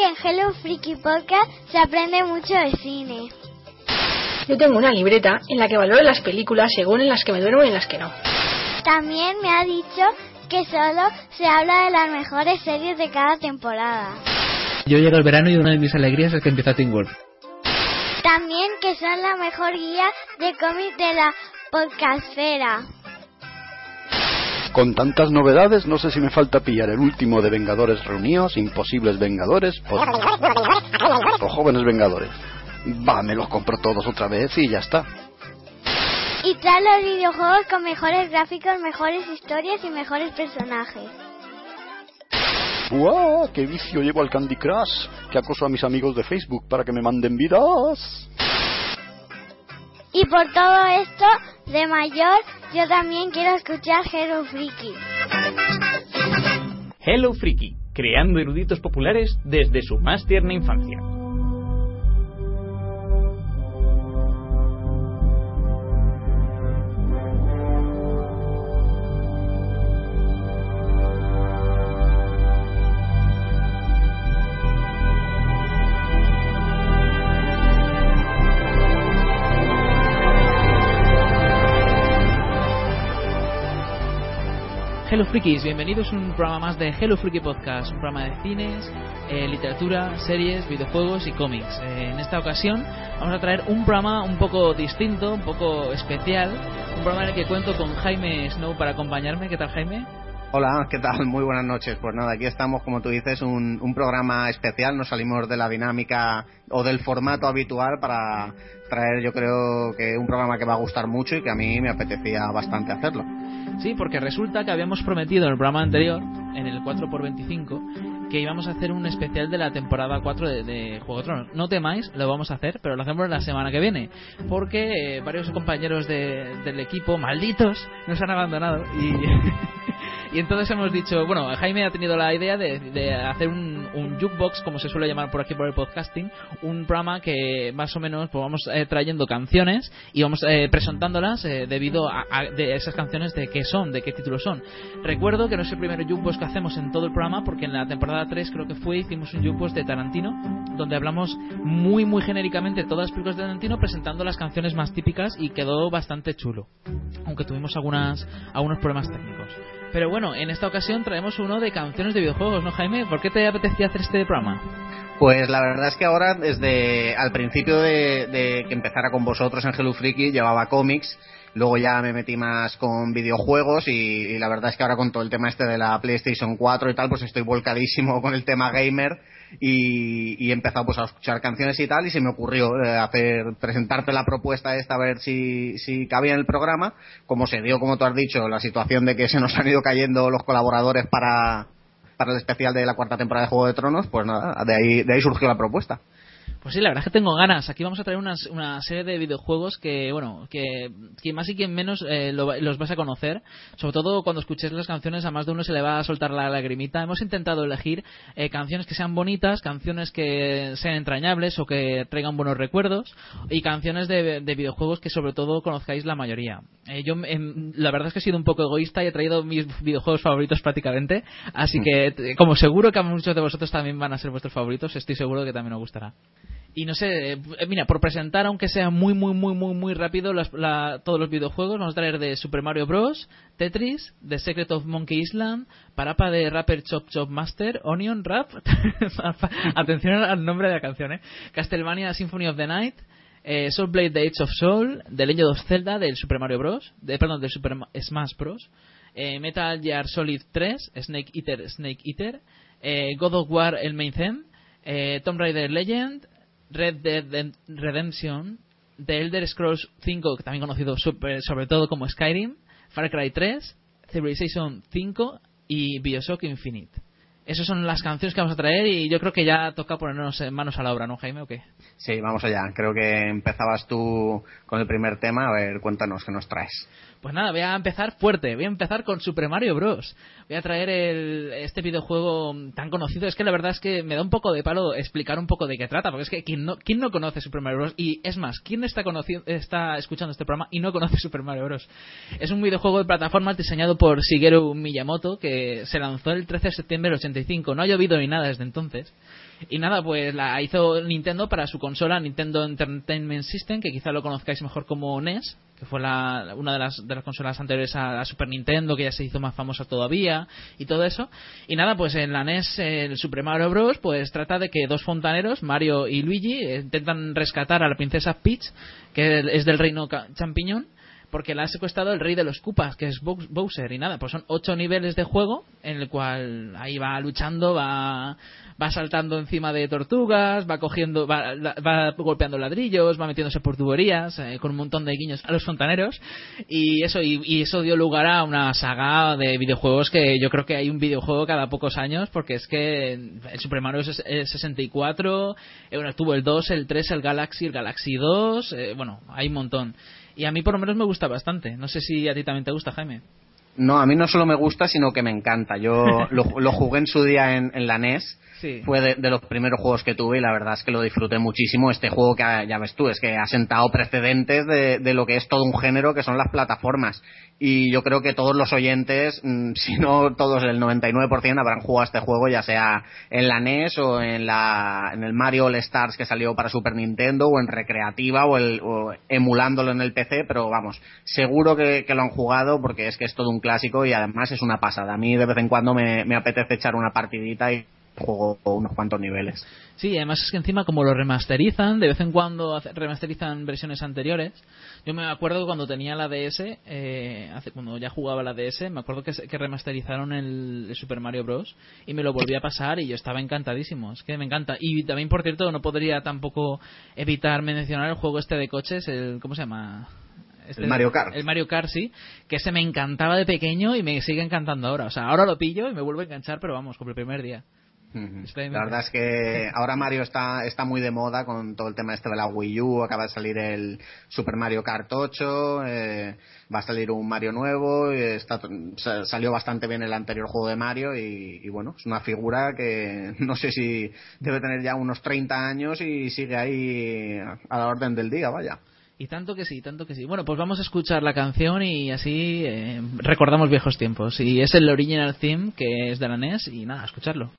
en Hello Freaky Podcast se aprende mucho de cine. Yo tengo una libreta en la que valoro las películas según en las que me duermo y en las que no. También me ha dicho que solo se habla de las mejores series de cada temporada. Yo llego el verano y una de mis alegrías es que empieza Teen Wolf. También que son la mejor guía de cómics de la podcastfera. Con tantas novedades, no sé si me falta pillar el último de Vengadores Reunidos, Imposibles Vengadores o Jóvenes Vengadores. Va, me los compro todos otra vez y ya está. Y trae los videojuegos con mejores gráficos, mejores historias y mejores personajes. ¡Buah! ¡Qué vicio llevo al Candy Crush! ¡Qué acoso a mis amigos de Facebook para que me manden vidas! Y por todo esto, de mayor, yo también quiero escuchar Hello Freaky. Hello Freaky, creando eruditos populares desde su más tierna infancia. Hello Freakies, bienvenidos a un programa más de Hello Freaky Podcast, un programa de cines, literatura, series, videojuegos y cómics. En esta ocasión vamos a traer un programa un poco distinto, un poco especial, un programa en el que cuento con Jaime Snow para acompañarme. ¿Qué tal, Jaime? Hola, ¿qué tal? Muy buenas noches. Pues nada, aquí estamos, como tú dices, un programa especial. Nos salimos de la dinámica o del formato habitual para traer, yo creo que un programa que va a gustar mucho y que a mí me apetecía bastante hacerlo. Sí, porque resulta que habíamos prometido en el programa anterior, en el 4x25, que íbamos a hacer un especial de la temporada 4 de Juego de Tronos. No temáis, lo vamos a hacer, pero lo hacemos la semana que viene, porque varios compañeros del equipo, malditos, nos han abandonado y entonces hemos dicho, bueno, Jaime ha tenido la idea de hacer un jukebox, como se suele llamar por aquí por el podcasting, un programa que más o menos pues vamos trayendo canciones y vamos presentándolas debido a de esas canciones de qué son, de qué títulos son. Recuerdo que no es el primer jukebox que hacemos en todo el programa, porque en la temporada 3 creo que hicimos un jukebox de Tarantino, donde hablamos muy genéricamente de todas las películas de Tarantino, presentando las canciones más típicas, y quedó bastante chulo, aunque tuvimos algunos problemas técnicos. Pero bueno, en esta ocasión traemos uno de canciones de videojuegos, ¿no, Jaime? ¿Por qué te apetecía hacer este programa? Pues la verdad es que ahora, desde al principio de que empezara con vosotros en Hello Freaky, llevaba cómics, luego ya me metí más con videojuegos y la verdad es que ahora con todo el tema este de la PlayStation 4 y tal, pues estoy volcadísimo con el tema gamer y he empezado pues a escuchar canciones y tal, y se me ocurrió presentarte la propuesta esta, a ver si cabía en el programa. Como se dio, como tú has dicho, la situación de que se nos han ido cayendo los colaboradores para el especial de la cuarta temporada de Juego de Tronos, pues nada, de ahí surgió la propuesta. Pues sí, la verdad es que tengo ganas. Aquí vamos a traer una serie de videojuegos que, bueno, que más y quien menos los vas a conocer. Sobre todo cuando escuches las canciones, a más de uno se le va a soltar la lagrimita. Hemos intentado elegir canciones que sean bonitas, canciones que sean entrañables o que traigan buenos recuerdos, y canciones de videojuegos que sobre todo conozcáis la mayoría. Yo la verdad es que he sido un poco egoísta y he traído mis videojuegos favoritos prácticamente, así que como seguro que a muchos de vosotros también van a ser vuestros favoritos, estoy seguro que también os gustará. Y no sé, mira, por presentar, aunque sea muy rápido, todos los videojuegos, vamos a traer de Super Mario Bros, Tetris, The Secret of Monkey Island, Parappa de Rapper Chop Chop Master, Onion Rap, atención al nombre de la canción, Castlevania Symphony of the Night, Soul Blade The Age of Soul, The Legend of Zelda del Super Mario Bros, del Super Smash Bros, Metal Gear Solid 3, Snake Eater, God of War el Main Theme, Tomb Raider Legend, Red Dead Redemption, The Elder Scrolls 5, que también conocido sobre todo como Skyrim, Far Cry 3, Civilization 5 y Bioshock Infinite. Esas son las canciones que vamos a traer y yo creo que ya toca ponernos manos a la obra, ¿no, Jaime, o qué? Sí, vamos allá. Creo que empezabas tú con el primer tema. A ver, cuéntanos qué nos traes. Pues nada, voy a empezar fuerte. Voy a empezar con Super Mario Bros. Voy a traer este videojuego tan conocido. Es que la verdad es que me da un poco de palo explicar un poco de qué trata, porque es que ¿quién no conoce Super Mario Bros? Y es más, ¿quién está escuchando este programa y no conoce Super Mario Bros? Es un videojuego de plataformas diseñado por Shigeru Miyamoto, que se lanzó el 13 de septiembre del 85. No ha llovido ni nada desde entonces. Y nada, pues la hizo Nintendo para su consola Nintendo Entertainment System, que quizá lo conozcáis mejor como NES, que fue una de las consolas anteriores a Super Nintendo, que ya se hizo más famosa todavía y todo eso. Y nada, pues en la NES el Super Mario Bros. Pues trata de que dos fontaneros, Mario y Luigi, intentan rescatar a la princesa Peach, que es del reino champiñón, porque la ha secuestrado el rey de los Koopas, que es Bowser. Y nada, pues son 8 niveles de juego en el cual ahí va luchando, va saltando encima de tortugas, va golpeando ladrillos, va metiéndose por tuberías, con un montón de guiños a los fontaneros. Y eso dio lugar a una saga de videojuegos que yo creo que hay un videojuego cada pocos años, porque es que el Super Mario 64, tuvo el 2, el 3, el Galaxy 2, bueno, hay un montón. Y a mí por lo menos me gusta bastante. No sé si a ti también te gusta, Jaime. No, a mí no solo me gusta, sino que me encanta. Yo lo jugué en su día en la NES. Sí. Fue de los primeros juegos que tuve y la verdad es que lo disfruté muchísimo. Este juego que ya ves tú, es que ha sentado precedentes de lo que es todo un género que son las plataformas. Y yo creo que todos los oyentes, si no todos, el 99% habrán jugado a este juego, ya sea en la NES o en el Mario All Stars que salió para Super Nintendo, o en recreativa, o emulándolo en el PC, pero vamos, seguro que lo han jugado porque es que es todo un clásico y además es una pasada. A mí de vez en cuando me apetece echar una partidita y juego unos cuantos niveles. Sí, además es que encima como lo remasterizan, de vez en cuando remasterizan versiones anteriores. Yo me acuerdo que cuando tenía la DS, cuando ya jugaba la DS, me acuerdo que remasterizaron el Super Mario Bros. Y me lo volví a pasar y yo estaba encantadísimo. Es que me encanta. Y también, por cierto, no podría tampoco evitar mencionar el juego de coches, ¿cómo se llama? El Mario Kart. El Mario Kart, sí, que ese me encantaba de pequeño y me sigue encantando ahora. O sea, ahora lo pillo y me vuelvo a enganchar, pero vamos, como el primer día. La verdad es que ahora Mario está muy de moda con todo el tema de la Wii U. Acaba de salir el Super Mario Kart 8, va a salir un Mario nuevo, salió bastante bien el anterior juego de Mario y bueno, es una figura que no sé si debe tener ya unos 30 años y sigue ahí a la orden del día, vaya. Y tanto que sí, tanto que sí. Bueno, pues vamos a escuchar la canción y así recordamos viejos tiempos. Y es el original theme, que es de la NES, y nada, a escucharlo.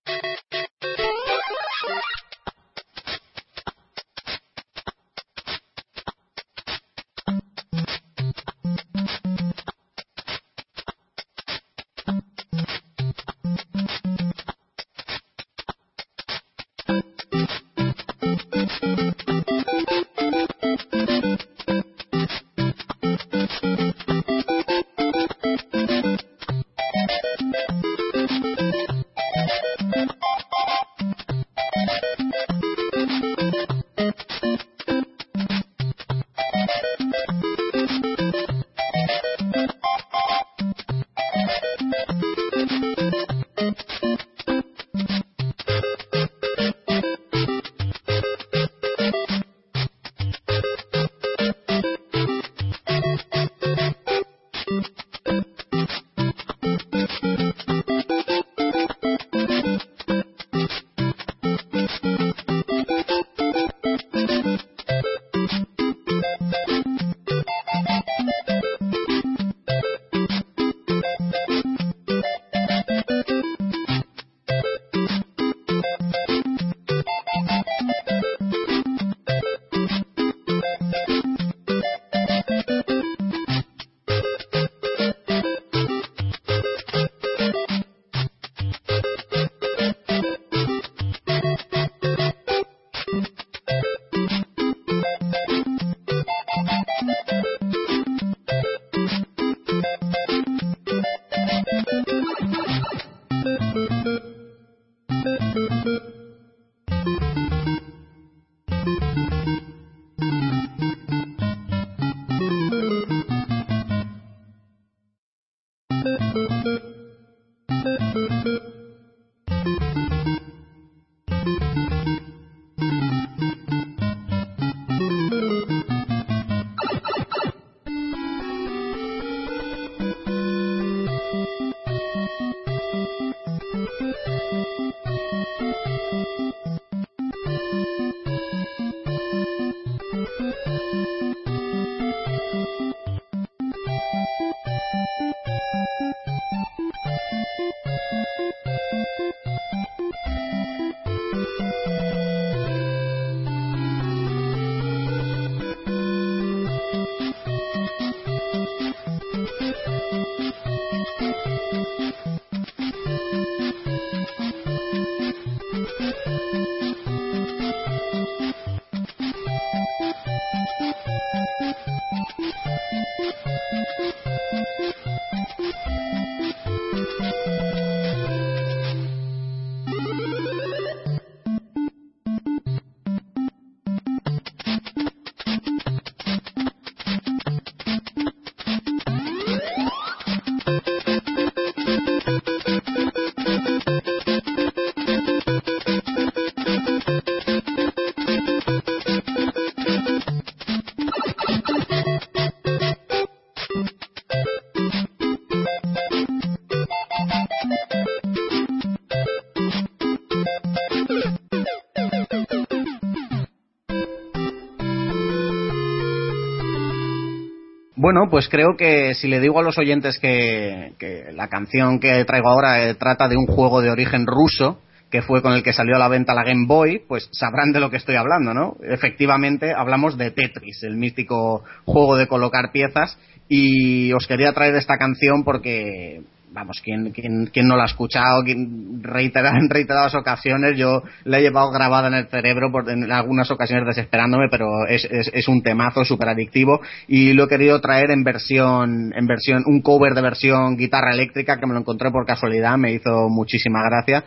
Bueno, pues creo que si le digo a los oyentes que la canción que traigo ahora trata de un juego de origen ruso, que fue con el que salió a la venta la Game Boy, pues sabrán de lo que estoy hablando, ¿no? Efectivamente, hablamos de Tetris, el mítico juego de colocar piezas, y os quería traer esta canción porque... Vamos, ¿quién no la ha escuchado? En reiteradas ocasiones yo la he llevado grabada en el cerebro en algunas ocasiones desesperándome, pero es un temazo súper adictivo y lo he querido traer en versión un cover de versión guitarra eléctrica que me lo encontré por casualidad, me hizo muchísima gracia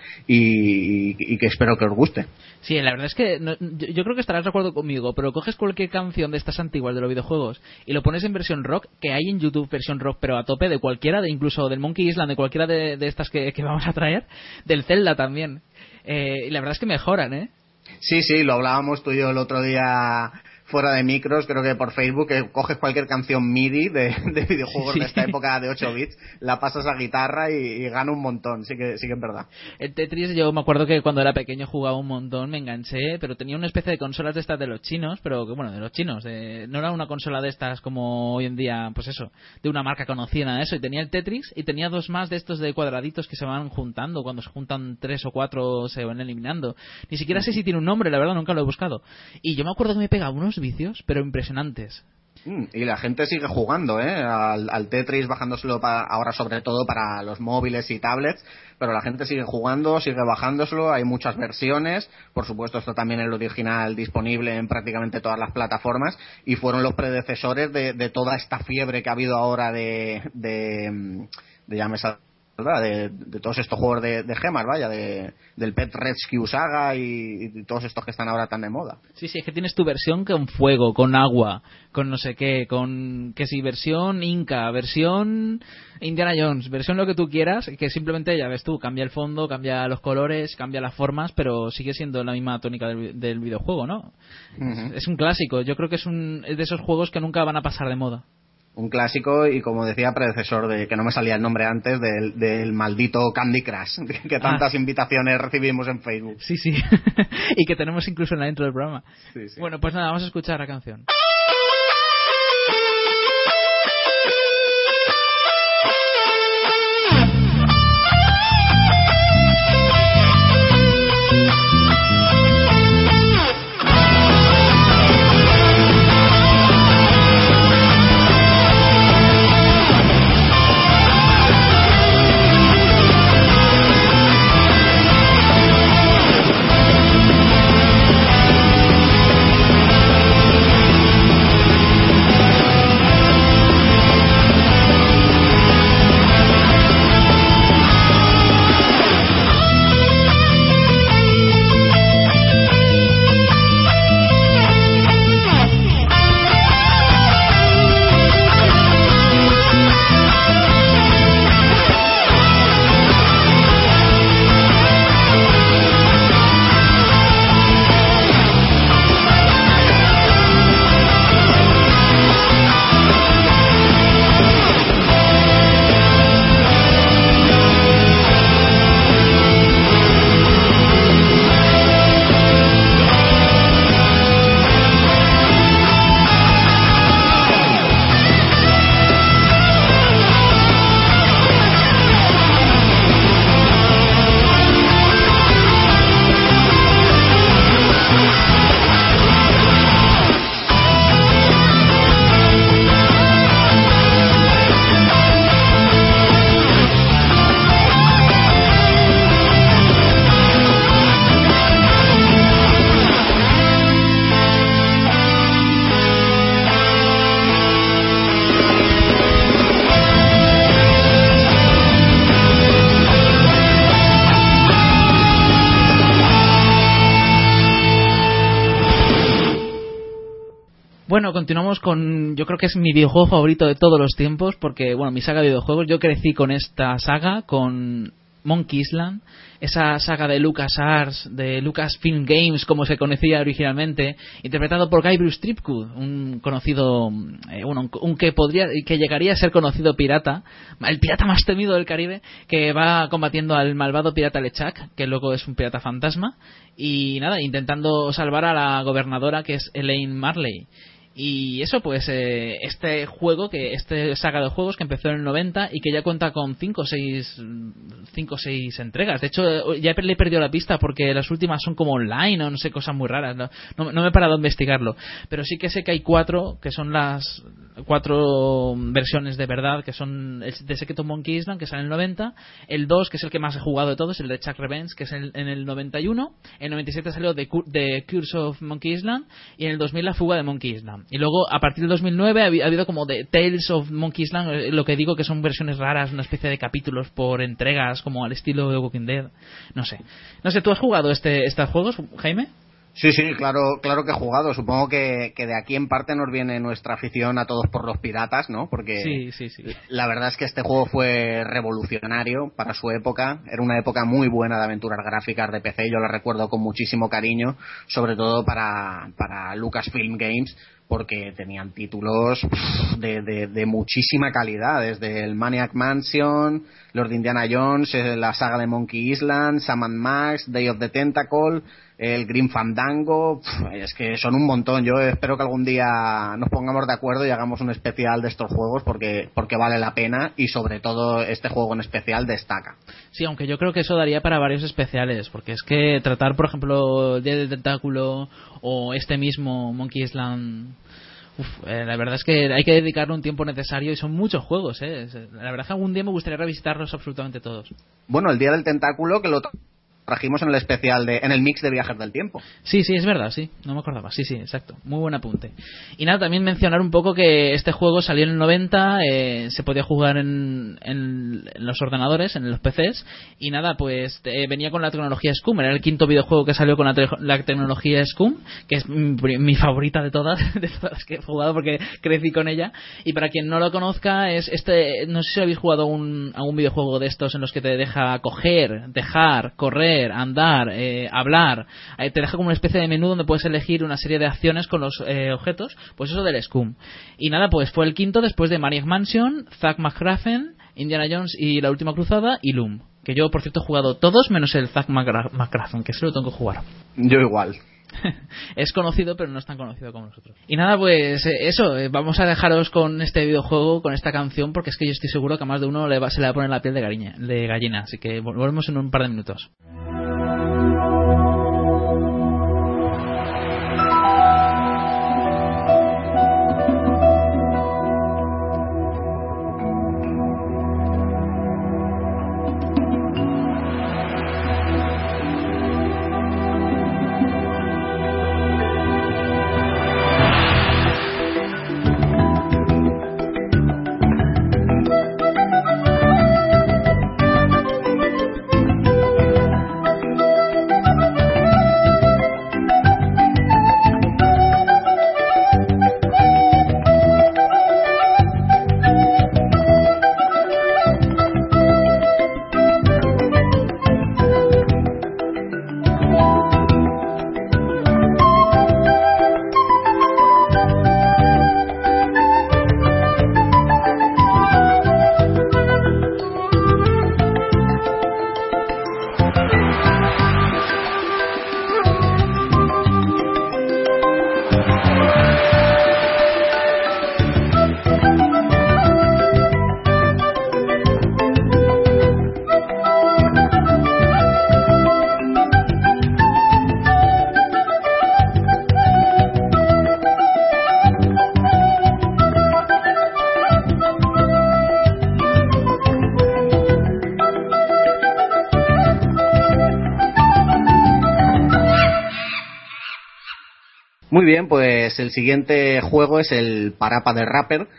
y que espero que os guste. Sí, la verdad es que yo creo que estarás de acuerdo conmigo, pero coges cualquier canción de estas antiguas de los videojuegos y lo pones en versión rock, que hay en YouTube versión rock, pero a tope de cualquiera, incluso del Monkey Island, de cualquiera de estas que vamos a traer, del Zelda también. Y la verdad es que mejoran, ¿eh? Sí, lo hablábamos tú y yo el otro día fuera de micros, creo que por Facebook, que coges cualquier canción MIDI de videojuegos de esta época de 8 bits, la pasas a guitarra y gana un montón, sí que es verdad. El Tetris, yo me acuerdo que cuando era pequeño jugaba un montón, me enganché, pero tenía una especie de consolas de estas de los chinos, pero que bueno, de los chinos, no era una consola de estas como hoy en día, pues eso, de una marca conocida, eso, y tenía el Tetris y tenía dos más de estos de cuadraditos que se van juntando, cuando se juntan 3 o 4 se van eliminando. Ni siquiera sé si tiene un nombre, la verdad, nunca lo he buscado. Y yo me acuerdo que me pegaba unos vicios, pero impresionantes. Y la gente sigue jugando al Tetris, bajándoselo ahora sobre todo para los móviles y tablets, pero la gente sigue jugando, sigue bajándoselo, hay muchas versiones, por supuesto esto también es el original disponible en prácticamente todas las plataformas y fueron los predecesores de toda esta fiebre que ha habido ahora de ya me sale, de todos estos juegos de gemas, vaya, del Pet Rescue Saga y todos estos que están ahora tan de moda. Sí, es que tienes tu versión con fuego, con agua, con no sé qué, con que si versión Inca, versión Indiana Jones, versión lo que tú quieras, que simplemente ya ves tú, cambia el fondo, cambia los colores, cambia las formas, pero sigue siendo la misma tónica del videojuego, ¿no? Uh-huh. Es un clásico, yo creo que es de esos juegos que nunca van a pasar de moda. Un clásico y, como decía, predecesor de, que no me salía el nombre antes, del maldito Candy Crush, que tantas invitaciones recibimos en Facebook. Sí. Y que tenemos incluso en la intro del programa. Sí. Bueno, pues nada, vamos a escuchar la canción. continuamos con, yo creo que es mi videojuego favorito de todos los tiempos, porque, bueno, mi saga de videojuegos, yo crecí con esta saga, con Monkey Island, esa saga de LucasArts, de Lucasfilm Games, como se conocía originalmente, interpretado por Guy Bruce Threepwood, un conocido, un que llegaría a ser conocido pirata, el pirata más temido del Caribe, que va combatiendo al malvado pirata LeChuck, que luego es un pirata fantasma, y nada, intentando salvar a la gobernadora, que es Elaine Marley. Y eso, pues, este saga de juegos que empezó en el 90 y que ya cuenta con 5 o 6 entregas. De hecho, ya le he perdido la pista porque las últimas son como online o no sé, cosas muy raras. No me he parado a investigarlo. Pero sí que sé que hay 4, que son las 4 versiones de verdad, que son el de Secret of Monkey Island, que sale en el 90, el 2, que es el que más he jugado de todos, el de Chuck Revenge, que es en el 91, en el 97 salió The Curse of Monkey Island, y en el 2000 La Fuga de Monkey Island. Y luego, a partir del 2009, ha habido como de Tales of Monkey Island, lo que digo que son versiones raras, una especie de capítulos por entregas, como al estilo de Walking Dead. No sé, ¿tú has jugado estos juegos, Jaime? Sí, claro que he jugado. Supongo que de aquí en parte nos viene nuestra afición a todos por los piratas, ¿no? Porque sí. La verdad es que este juego fue revolucionario para su época. Era una época muy buena de aventuras gráficas de PC. Yo la recuerdo con muchísimo cariño, sobre todo para Lucasfilm Games, porque tenían títulos de muchísima calidad, desde el Maniac Mansion, los de Indiana Jones, la saga de Monkey Island, Sam & Max, Day of the Tentacle, el Grim Fandango. Es que son un montón. Yo espero que algún día nos pongamos de acuerdo y hagamos un especial de estos juegos, porque vale la pena, y sobre todo este juego en especial destaca. Sí, aunque yo creo que eso daría para varios especiales, porque es que tratar, por ejemplo, el Día del Tentáculo o este mismo Monkey Island, la verdad es que hay que dedicarle un tiempo necesario, y son muchos juegos, La verdad es que algún día me gustaría revisitarlos absolutamente todos. Bueno, el Día del Tentáculo, que lo trajimos en el especial en el mix de Viajes del Tiempo. Sí, es verdad, sí, no me acordaba. Sí, exacto, muy buen apunte. Y nada, también mencionar un poco que este juego salió en el 90, se podía jugar en los ordenadores, en los PCs, y nada, pues venía con la tecnología SCUMM. Era el quinto videojuego que salió con la tecnología SCUMM, que es mi favorita de todas las que he jugado, porque crecí con ella. Y para quien no lo conozca, no sé si habéis jugado a un videojuego de estos en los que te deja coger, dejar, correr, andar, hablar, te deja como una especie de menú donde puedes elegir una serie de acciones con los objetos, pues eso del SCUMM. Y nada, pues fue el quinto después de Maniac Mansion, Zack McCracken, Indiana Jones y La Última Cruzada y Loom, que yo por cierto he jugado todos menos el Zack McCracken, que se lo tengo que jugar. Yo igual. Es conocido, pero no es tan conocido como nosotros. Y nada, pues eso, vamos a dejaros con este videojuego, con esta canción, porque es que yo estoy seguro que a más de uno se le va a poner la piel de gallina. Así que volvemos en un par de minutos. Muy bien, pues el siguiente juego es el Parappa the Rapper,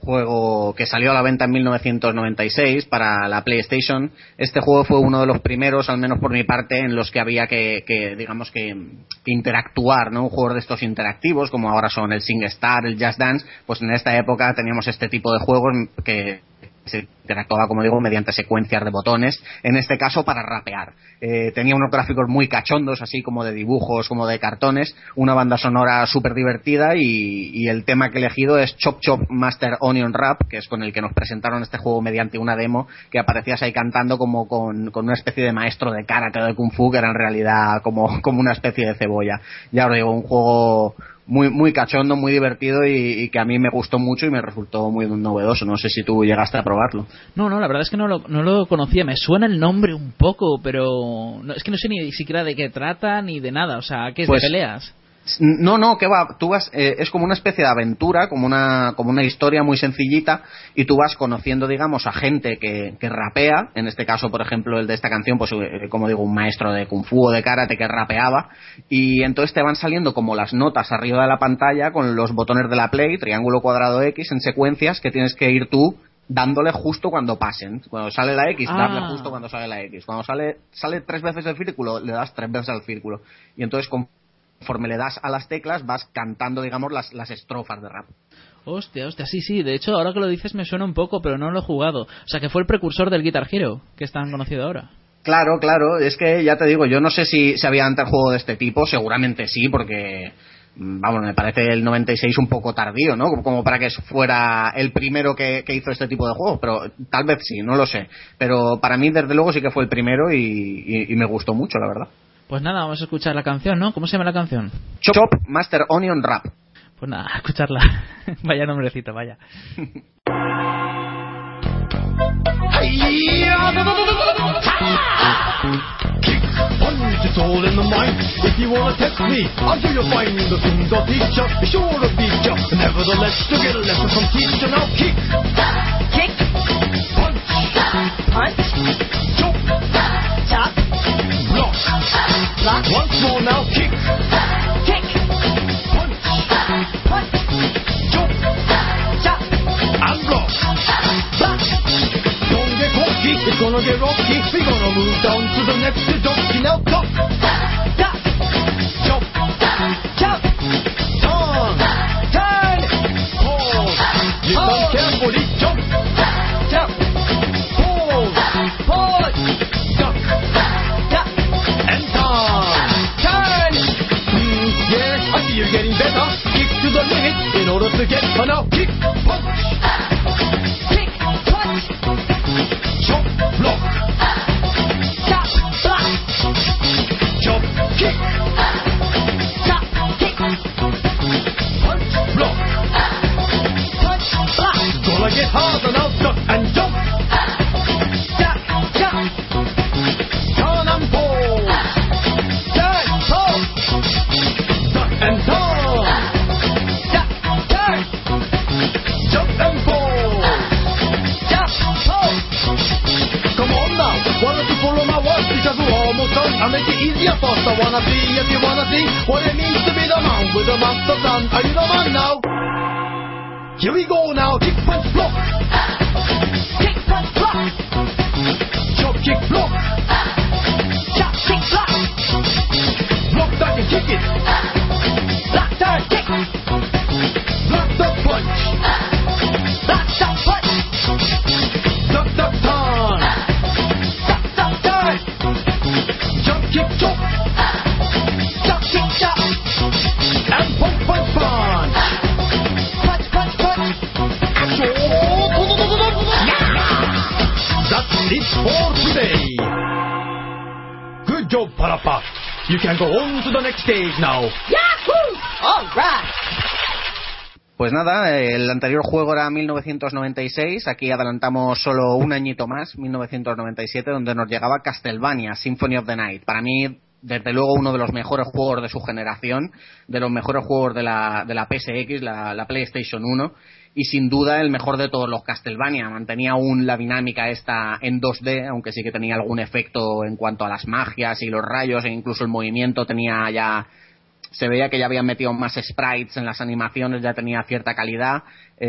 juego que salió a la venta en 1996 para la PlayStation. Este juego fue uno de los primeros, al menos por mi parte, en los que había que digamos que interactuar, ¿no? Un juego de estos interactivos, como ahora son el SingStar, el Just Dance, pues en esta época teníamos este tipo de juegos que se interactuaba, como digo, mediante secuencias de botones, en este caso para rapear. Tenía unos gráficos muy cachondos, así como de dibujos, como de cartones, una banda sonora súper divertida y el tema que he elegido es Chop Chop Master Onion Rap, que es con el que nos presentaron este juego mediante una demo que aparecías ahí cantando como con una especie de maestro de karate o de kung fu, que era en realidad como una especie de cebolla. Ya os digo, un juego muy cachondo, muy divertido y que a mí me gustó mucho y me resultó muy novedoso. No sé si tú llegaste a probarlo. No, la verdad es que no lo conocía. Me suena el nombre un poco, pero es que no sé ni siquiera de qué trata ni de nada. O sea, ¿qué es, pues, de peleas? No, que va, tú vas, es como una especie de aventura, como una historia muy sencillita, y tú vas conociendo, digamos, a gente que rapea. En este caso, por ejemplo, el de esta canción, pues como digo, un maestro de kung fu o de karate que rapeaba, y entonces te van saliendo como las notas arriba de la pantalla con los botones de la Play, triángulo, cuadrado, X, en secuencias que tienes que ir tú dándole justo cuando pasen. Cuando sale la X, darle justo cuando sale la X. Cuando sale 3 veces el círculo, le das 3 veces al círculo. Y entonces conforme le das a las teclas vas cantando, digamos, las estrofas de rap. Hostia, sí, de hecho ahora que lo dices me suena un poco, pero no lo he jugado. O sea, que fue el precursor del Guitar Hero, que es tan conocido ahora. Claro, es que ya te digo, yo no sé si había antes juego de este tipo, seguramente sí, porque vamos, me parece el 96 un poco tardío, ¿no? Como para que fuera el primero que hizo este tipo de juegos, pero tal vez sí, no lo sé. Pero para mí, desde luego, sí que fue el primero y me gustó mucho, la verdad. Pues nada, vamos a escuchar la canción, ¿no? ¿Cómo se llama la canción? Chop Chop Master Onion Rap. Pues nada, a escucharla. Vaya nombrecito, vaya. It's all in the mind. If you wanna test me, until you find the things I'll teach you, be sure to beat you. Nevertheless, to get a lesson from teacher. Now kick, punch, chop, chop, block. Once more now, kick, punch, chop, chop, and block. Don't get cocky, it's gonna get rocky. We're gonna move down to the next donkey. Now top, chop, chop, chop, turn, hold. Listen carefully, jump, chop, hold, duck, and turn. Yeah, I see you're getting better. Kick to the limit in order to get her now. Kick, punch, chop, block, chop, block, chop, kick, chop, kick, punch, block, gonna get harder now. Duck and jump, duck, jump, turn and pose, turn, pose, duck and turn, duck, turn, jump and pose, jump, pose. Come on now, why don't you follow my words, because we're almost done. I'll make it easier first. I wanna see if you wanna see what it means to be the man with the master plan. Are you the man now? Here we go now. Kick, punch, block. Kick, punch, block. Chop, kick, block. Chop, kick, block. Block, duck, and kick it. Block, turn, kick. Block, duck, punch. Block, duck, punch. Duck, duck, turn. Duck, duck, turn. Jump, kick, chop. Chop, kick, chop. And punch, punch, punch. Punch, punch, punch. That's it for today. Good job, Parappa. You can go on to the next stage now. Yahoo! All right. Pues nada, el anterior juego era 1996, aquí adelantamos solo un añito más, 1997, donde nos llegaba Castlevania, Symphony of the Night. Para mí, desde luego, uno de los mejores juegos de su generación, de los mejores juegos de la PSX, la PlayStation 1, y sin duda el mejor de todos los Castlevania. Mantenía aún la dinámica esta en 2D, aunque sí que tenía algún efecto en cuanto a las magias y los rayos, e incluso el movimiento tenía ya se veía que ya habían metido más sprites en las animaciones, ya tenía cierta calidad.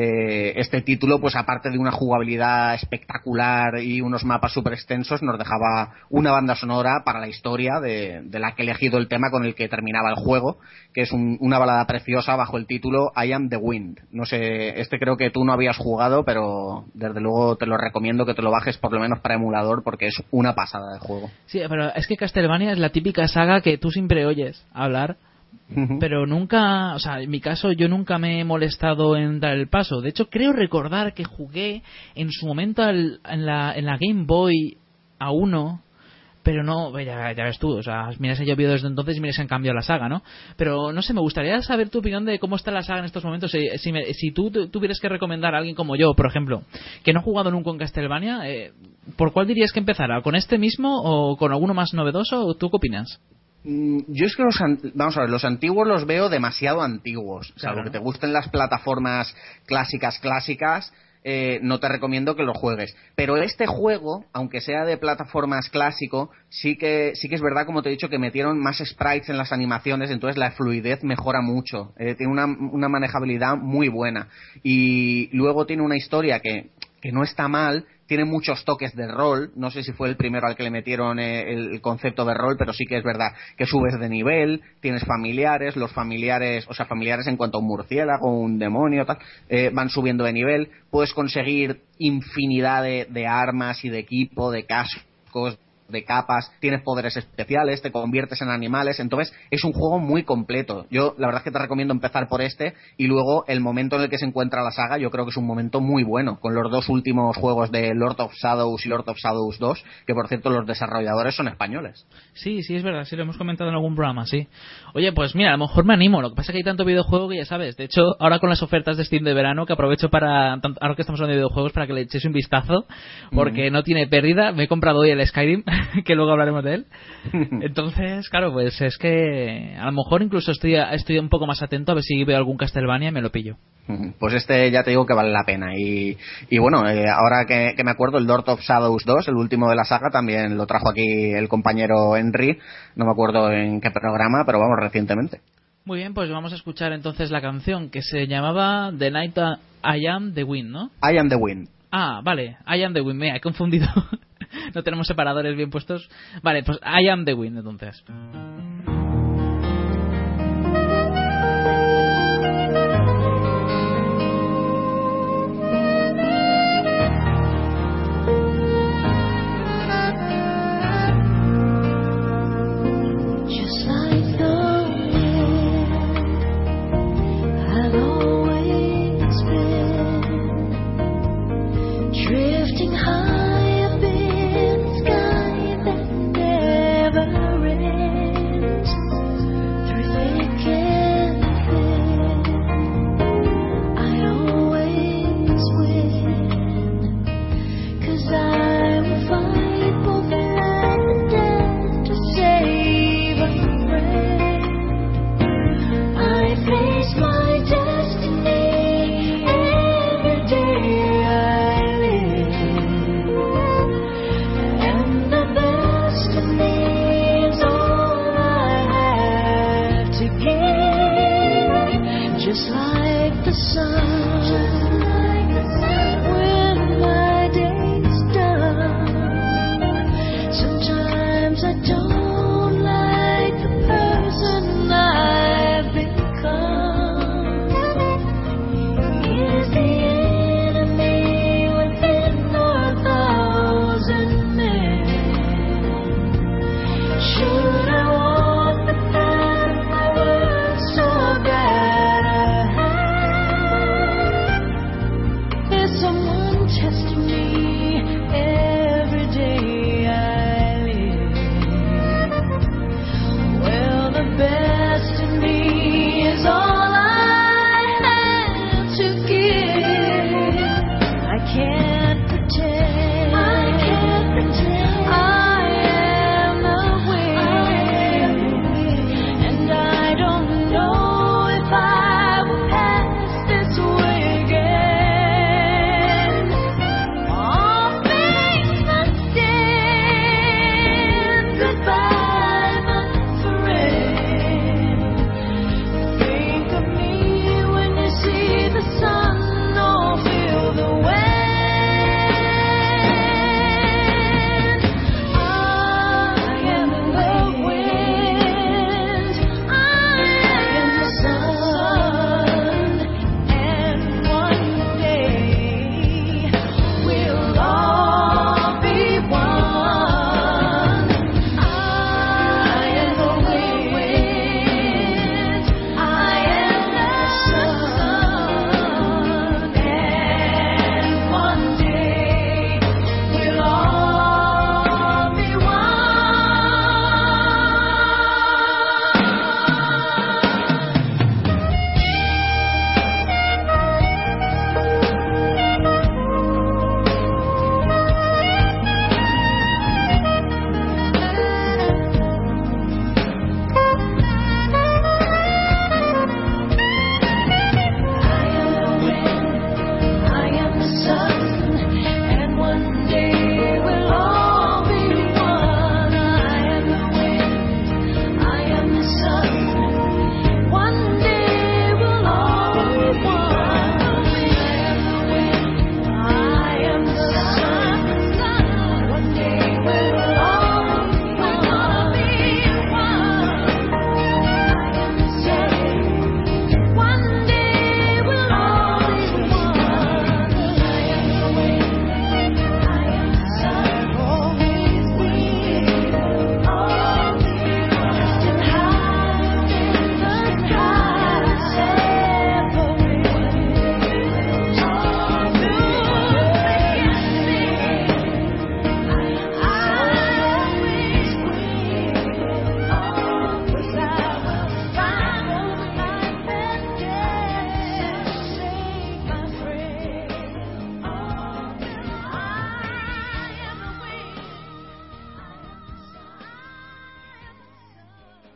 Este título, pues aparte de una jugabilidad espectacular y unos mapas súper extensos, nos dejaba una banda sonora para la historia de la que he elegido el tema con el que terminaba el juego, que es una balada preciosa bajo el título I Am the Wind. No sé, este creo que tú no habías jugado, pero desde luego te lo recomiendo que te lo bajes por lo menos para emulador, porque es una pasada de juego. Sí, pero es que Castlevania es la típica saga que tú siempre oyes hablar, pero nunca, o sea, en mi caso yo nunca me he molestado en dar el paso. De hecho, creo recordar que jugué en su momento en la Game Boy a 1, pero no, ya ves tú, o sea, mira, se ha llovido desde entonces y mira, se han cambiado la saga, ¿no? Pero no sé, me gustaría saber tu opinión de cómo está la saga en estos momentos. Si tú tuvieras que recomendar a alguien como yo, por ejemplo, que no ha jugado nunca en Castlevania, ¿por cuál dirías que empezara? ¿Con este mismo o con alguno más novedoso? ¿O tú qué opinas? Yo es que vamos a ver, los antiguos los veo demasiado antiguos. Claro. Salvo que te gusten las plataformas clásicas, no te recomiendo que lo juegues. Pero este juego, aunque sea de plataformas clásico, sí que es verdad, como te he dicho, que metieron más sprites en las animaciones, entonces la fluidez mejora mucho. Tiene una manejabilidad muy buena. Y luego tiene una historia que no está mal. Tiene muchos toques de rol, no sé si fue el primero al que le metieron el concepto de rol, pero sí que es verdad que subes de nivel, tienes familiares, los familiares, o sea, familiares en cuanto a un murciélago, un demonio, tal, van subiendo de nivel, puedes conseguir infinidad de armas y de equipo, de cascos, de capas, tienes poderes especiales, te conviertes en animales, entonces es un juego muy completo. Yo la verdad es que te recomiendo empezar por este, y luego el momento en el que se encuentra la saga yo creo que es un momento muy bueno, con los dos últimos juegos de Lord of Shadows y Lord of Shadows 2, que por cierto los desarrolladores son españoles. Sí, es verdad, sí lo hemos comentado en algún programa, sí. Oye, pues mira, a lo mejor me animo, lo que pasa es que hay tanto videojuego que ya sabes, de hecho, ahora con las ofertas de Steam de verano, que aprovecho ahora que estamos hablando de videojuegos, para que le echéis un vistazo, porque no tiene pérdida, me he comprado hoy el Skyrim, que luego hablaremos de él. Entonces, claro, pues es que a lo mejor incluso estoy un poco más atento a ver si veo algún Castlevania y me lo pillo. Pues este ya te digo que vale la pena. Y bueno, ahora que me acuerdo, el Lord of Shadows 2, el último de la saga, también lo trajo aquí el compañero Henry, no me acuerdo en qué programa, pero vamos, recientemente. Muy bien, pues vamos a escuchar entonces la canción que se llamaba The Night I Am the Wind, ¿no? I Am the Wind. Ah, vale, I Am the Wind, me he confundido. No tenemos separadores bien puestos. Vale, pues I Am the Wind, entonces.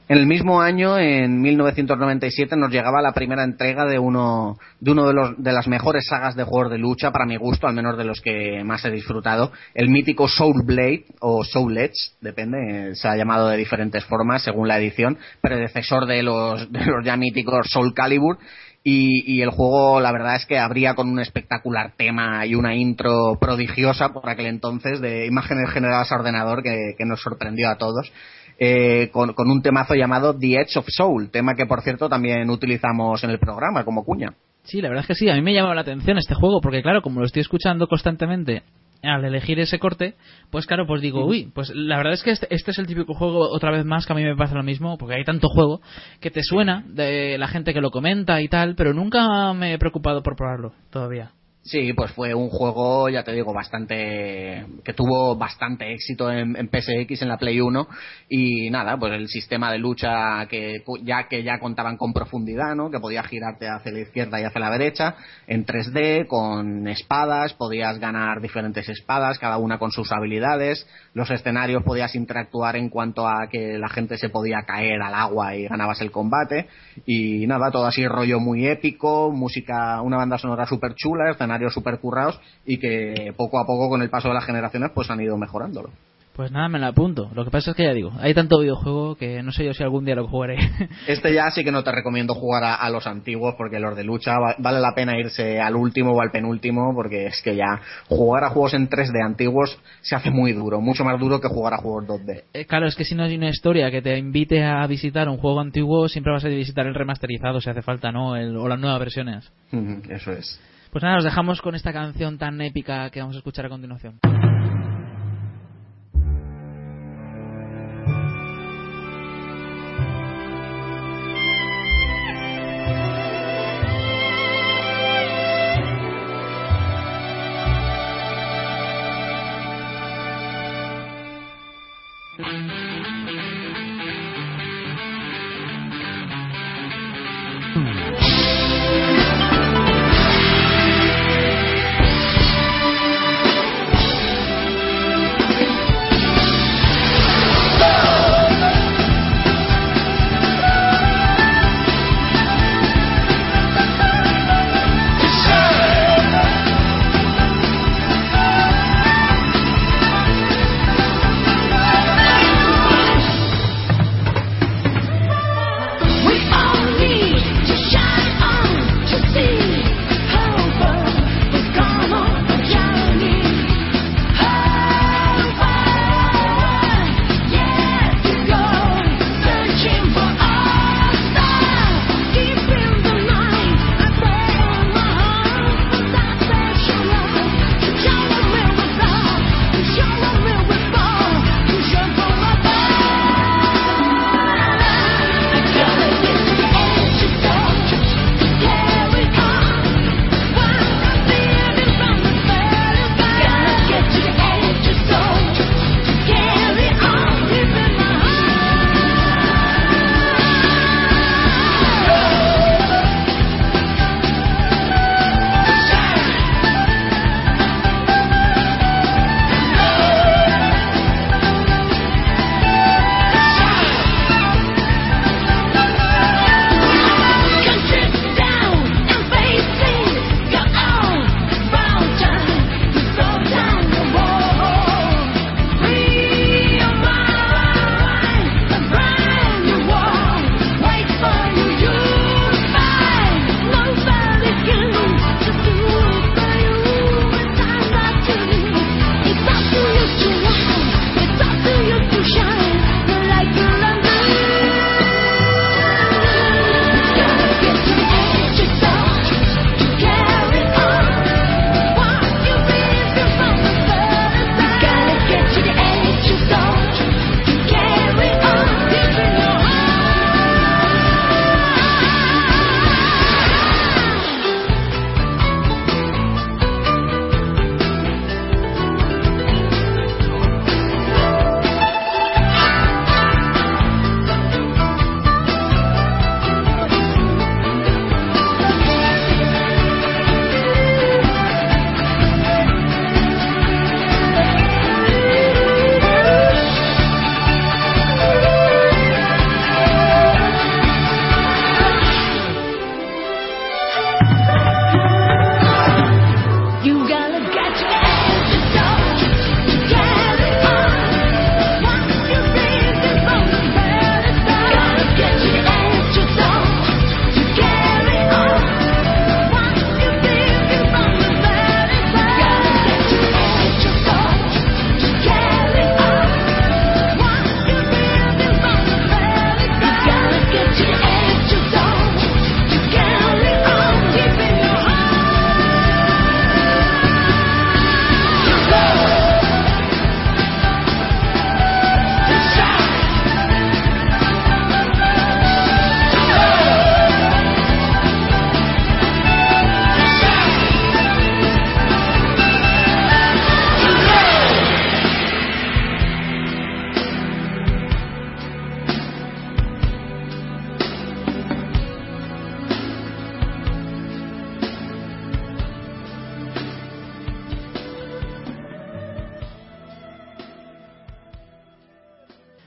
En el mismo año, en 1997, nos llegaba la primera entrega de uno de las mejores sagas de juegos de lucha, para mi gusto, al menos de los que más he disfrutado, el mítico Soul Blade, o Soul Edge, depende, se ha llamado de diferentes formas según la edición, predecesor de los ya míticos Soul Calibur. Y el juego, la verdad es que abría con un espectacular tema y una intro prodigiosa por aquel entonces, de imágenes generadas a ordenador que nos sorprendió a todos. Con un temazo llamado The Edge of Soul, tema que por cierto también utilizamos en el programa como cuña. Sí, la verdad es que sí, a mí me llamaba la atención este juego, porque claro, como lo estoy escuchando constantemente al elegir ese corte, pues claro, pues digo, uy, pues la verdad es que este es el típico juego, otra vez más, que a mí me pasa lo mismo, porque hay tanto juego que te suena de la gente que lo comenta y tal, pero nunca me he preocupado por probarlo todavía. Sí, pues fue un juego, ya te digo, que tuvo bastante éxito en PSX, en la Play 1, y nada, pues el sistema de lucha que ya contaban con profundidad, ¿no? Que podías girarte hacia la izquierda y hacia la derecha, en 3D, con espadas, podías ganar diferentes espadas, cada una con sus habilidades, los escenarios podías interactuar en cuanto a que la gente se podía caer al agua y ganabas el combate, y nada, todo así rollo muy épico, música, una banda sonora súper chula, escenarios super currados, y que poco a poco con el paso de las generaciones pues han ido mejorándolo. Pues nada, me lo apunto. Lo que pasa es que ya digo, hay tanto videojuego que no sé yo si algún día lo jugaré. Este ya sí que no te recomiendo jugar a los antiguos, porque los de lucha vale la pena irse al último o al penúltimo, porque es que ya jugar a juegos en 3D antiguos se hace muy duro, mucho más duro que jugar a juegos 2D. Claro, es que si no hay una historia que te invite a visitar un juego antiguo, siempre vas a visitar el remasterizado si hace falta, ¿no? O las nuevas versiones. Eso es. Pues nada, os dejamos con esta canción tan épica que vamos a escuchar a continuación.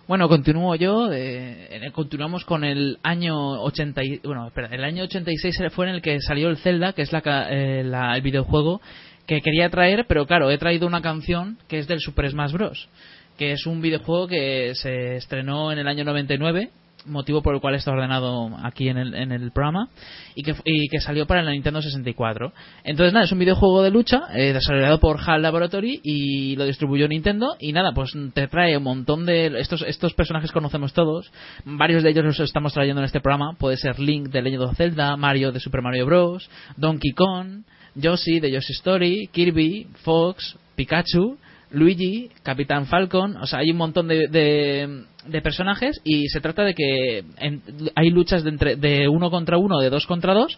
Bueno, continúo yo. Continuamos con el año el año 86 fue en el que salió el Zelda, que es el videojuego que quería traer, pero claro, he traído una canción que es del Super Smash Bros., que es un videojuego que se estrenó en el año 99, motivo por el cual está ordenado aquí en el programa, y que salió para la Nintendo 64. Entonces nada, es un videojuego de lucha desarrollado por HAL Laboratory y lo distribuyó Nintendo, y nada, pues te trae un montón de estos personajes que conocemos todos. Varios de ellos los estamos trayendo en este programa. Puede ser Link de Legend of Zelda, Mario de Super Mario Bros., Donkey Kong, Yoshi de Yoshi Story, Kirby, Fox, Pikachu, Luigi, Capitán Falcon. O sea, hay un montón de personajes, y se trata de que hay luchas de uno contra uno, de dos contra dos,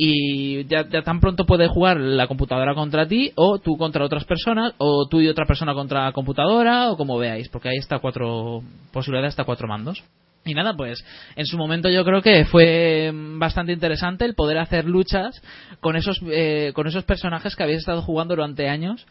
y ya tan pronto puede jugar la computadora contra ti, o tú contra otras personas, o tú y otra persona contra la computadora, o como veáis, porque ahí está 4 posibilidades, hasta 4 mandos. Y nada, pues en su momento yo creo que fue bastante interesante el poder hacer luchas con esos personajes que habéis estado jugando durante años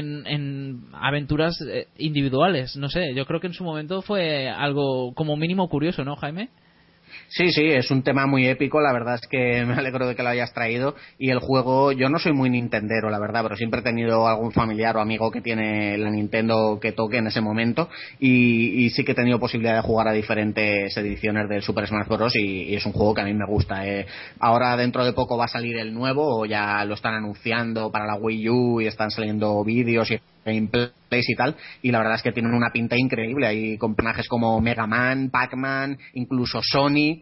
en aventuras individuales. No sé, yo creo que en su momento fue algo como mínimo curioso, ¿no, Jaime? Sí, es un tema muy épico, la verdad es que me alegro de que lo hayas traído. Y el juego, yo no soy muy nintendero, la verdad, pero siempre he tenido algún familiar o amigo que tiene la Nintendo que toque en ese momento, y sí que he tenido posibilidad de jugar a diferentes ediciones del Super Smash Bros. Y es un juego que a mí me gusta. Ahora dentro de poco va a salir el nuevo, o ya lo están anunciando para la Wii U, y están saliendo vídeos y gameplays y tal, y la verdad es que tienen una pinta increíble. Hay con personajes como Mega Man, Pac-Man, incluso Sony,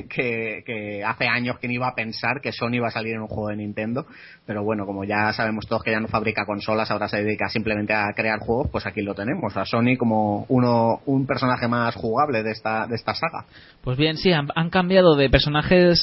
que hace años que no iba a pensar que Sony iba a salir en un juego de Nintendo, pero bueno, como ya sabemos todos que ya no fabrica consolas, ahora se dedica simplemente a crear juegos, pues aquí lo tenemos, a Sony como un personaje más jugable de esta saga. Pues bien, sí, han cambiado de personajes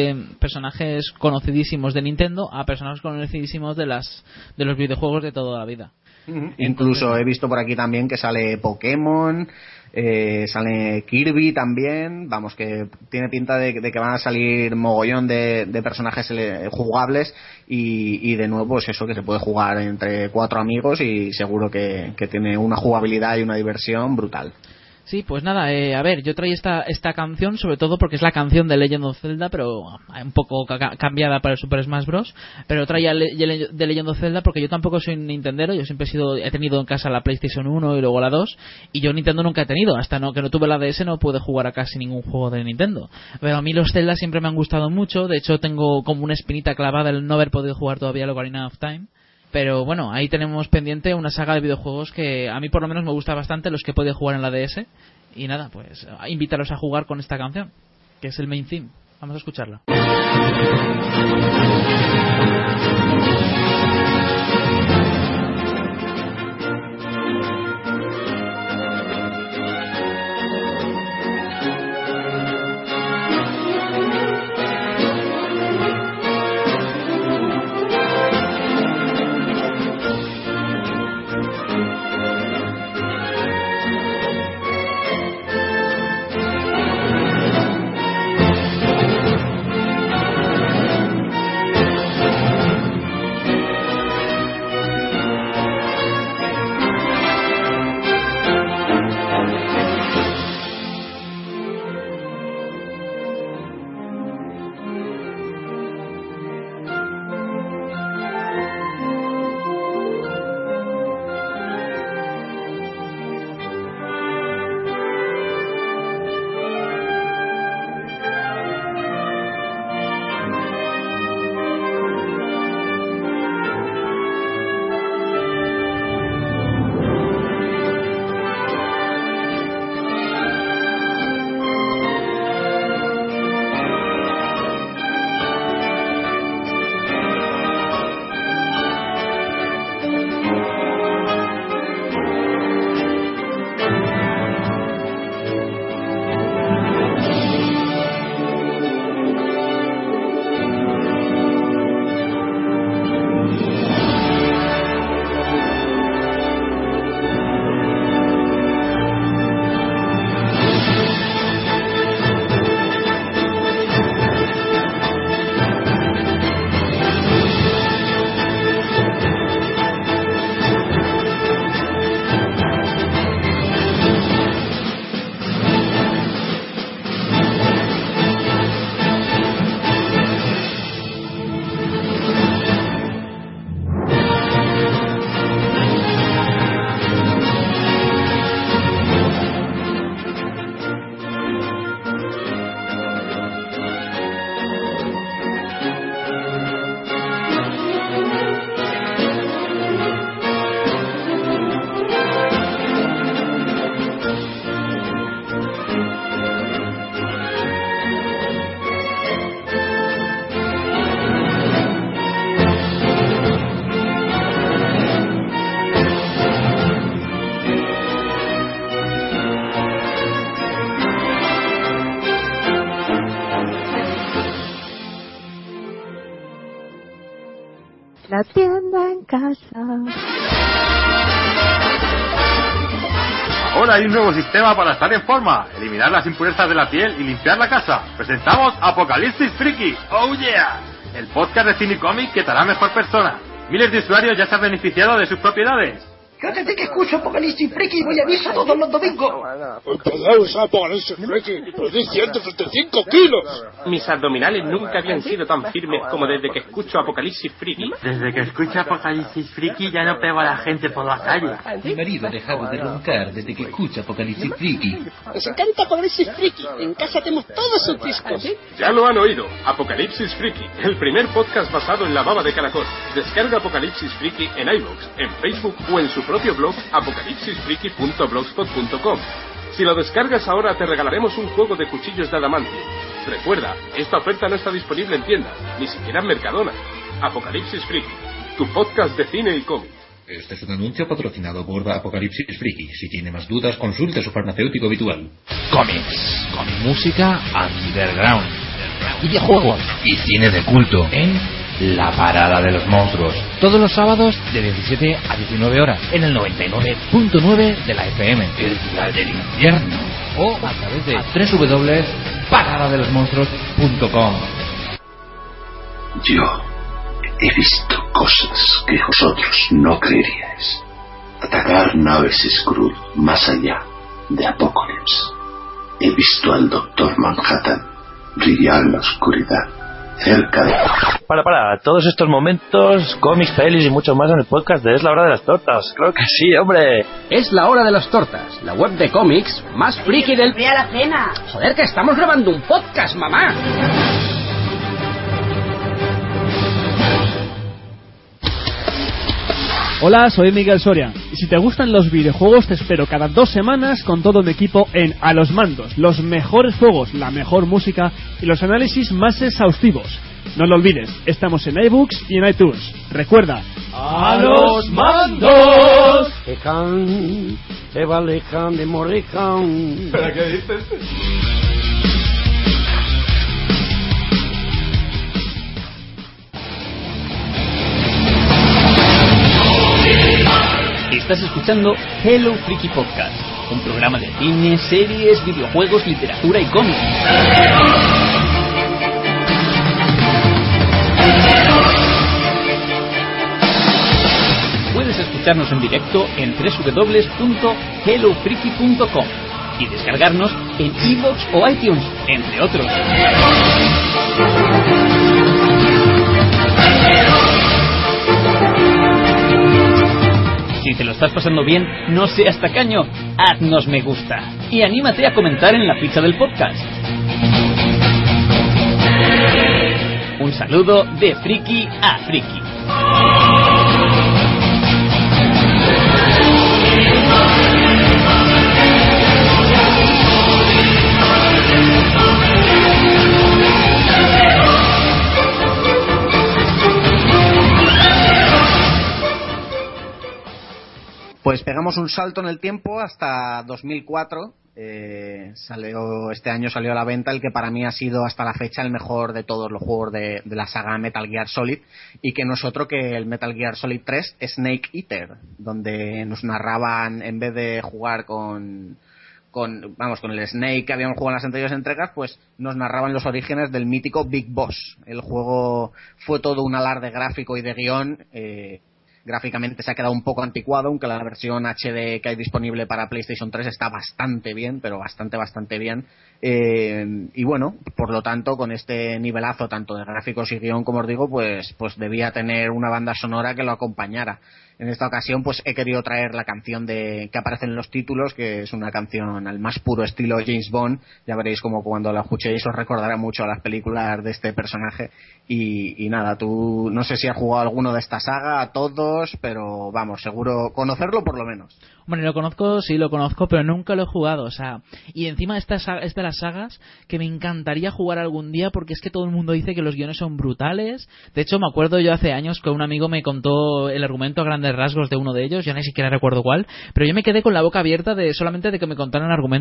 conocidísimos de Nintendo a personajes conocidísimos de los videojuegos de toda la vida. Incluso he visto por aquí también que sale Pokémon, sale Kirby también. Vamos, que tiene pinta de que van a salir mogollón de personajes jugables, y de nuevo es eso, que se puede jugar entre 4 amigos, y seguro que tiene una jugabilidad y una diversión brutal. Sí, pues nada, a ver, yo traí esta canción sobre todo porque es la canción de Legend of Zelda, pero un poco cambiada para el Super Smash Bros. Pero traía de Legend of Zelda porque yo tampoco soy nintendero. Yo siempre he tenido en casa la PlayStation 1 y luego la 2, y yo Nintendo nunca he tenido. Hasta que no tuve la DS no pude jugar a casi ningún juego de Nintendo. Pero a mí los Zelda siempre me han gustado mucho. De hecho tengo como una espinita clavada el no haber podido jugar todavía el Ocarina of Time. Pero bueno, ahí tenemos pendiente una saga de videojuegos que a mí por lo menos me gusta bastante, los que he podido jugar en la DS. Y nada, pues invítalos a jugar con esta canción, que es el main theme. Vamos a escucharla. la tienda en casa. Ahora hay un nuevo sistema para estar en forma, eliminar las impurezas de la piel y limpiar la casa. Presentamos Apocalipsis Friki. ¡Oh yeah! El podcast de cine y cómic que te hará mejor persona. Miles de usuarios ya se han beneficiado de sus propiedades. Yo desde que escucho Apocalipsis Friki voy a misa todos los domingos. Apocalipsis Friki, perdí 135 kilos. Mis abdominales nunca habían sido tan firmes como desde que escucho Apocalipsis Friki. Desde que escucho Apocalipsis Friki ya no pego a la gente por la calle. Mi marido ha dejado de roncar desde que escucha Apocalipsis Friki. Nos encanta Apocalipsis Friki. En casa tenemos todos sus discos. Ya lo han oído. Apocalipsis Friki, el primer podcast basado en la baba de caracol. Descarga Apocalipsis Friki en iVoox, en Facebook o en su propio blog apocalipsisfriki.blogspot.com. Si lo descargas ahora te regalaremos un juego de cuchillos de adamantium. Recuerda, esta oferta no está disponible en tiendas, ni siquiera en Mercadona. Apocalipsis Friki, tu podcast de cine y cómic. Este es un anuncio patrocinado por Apocalipsis Friki. Si tiene más dudas, consulte a su farmacéutico habitual. Cómics, con música underground, videojuegos y cine de culto en La Parada de los Monstruos. Todos los sábados de 17 a 19 horas en el 99.9 de la FM, el dial del infierno, o a través de www.paradadelosmonstruos.com. Yo he visto cosas que vosotros no creeríais. Atacar naves Skrull más allá de Apocalipsis. He visto al Doctor Manhattan brillar en la oscuridad cerca de... Para, todos estos momentos, cómics, pelis y mucho más en el podcast de Es la Hora de las Tortas. Claro que sí, hombre. Es la Hora de las Tortas, la web de cómics más friki del... ¡Ve a la cena! Joder, que estamos grabando un podcast, mamá. Hola, soy Miguel Soria, y si te gustan los videojuegos te espero cada 2 semanas con todo mi equipo en A los Mandos, los mejores juegos, la mejor música y los análisis más exhaustivos. No lo olvides, estamos en iBooks y en iTunes. Recuerda, ¡A los Mandos! Lejan, Eva Lejan de Morejan. ¿Pero qué dices? Estás escuchando Hello Freaky Podcast, un programa de cine, series, videojuegos, literatura y cómics. Puedes escucharnos en directo en www.hellofreaky.com y descargarnos en iVoox o iTunes, entre otros. Si te lo estás pasando bien, no seas tacaño, haznos me gusta y anímate a comentar en la ficha del podcast. Un saludo de friki a friki. Pues pegamos un salto en el tiempo hasta 2004. Este año salió a la venta el que para mí ha sido hasta la fecha el mejor de todos los juegos de la saga Metal Gear Solid, y que no es otro que el Metal Gear Solid 3 Snake Eater, donde nos narraban, en vez de jugar con el Snake que habíamos jugado en las anteriores entregas, pues nos narraban los orígenes del mítico Big Boss. El juego fue todo un alarde gráfico y de guión. Gráficamente se ha quedado un poco anticuado, aunque la versión HD que hay disponible para PlayStation 3 está bastante bien, pero bastante bien. Y bueno, por lo tanto, con este nivelazo tanto de gráficos y guión, como os digo, pues debía tener una banda sonora que lo acompañara. En esta ocasión pues he querido traer la canción que aparece en los títulos, que es una canción al más puro estilo James Bond. Ya veréis como cuando la escuchéis os recordará mucho a las películas de este personaje. Y nada, tú no sé si has jugado alguno de esta saga, a todos, pero vamos, seguro conocerlo por lo menos. Bueno, lo conozco, pero nunca lo he jugado, o sea, y encima esta es de las sagas que me encantaría jugar algún día, porque es que todo el mundo dice que los guiones son brutales. De hecho, me acuerdo yo hace años que un amigo me contó el argumento a grandes rasgos de uno de ellos, yo ni siquiera recuerdo cuál, pero yo me quedé con la boca abierta solamente de que me contaran el argumento,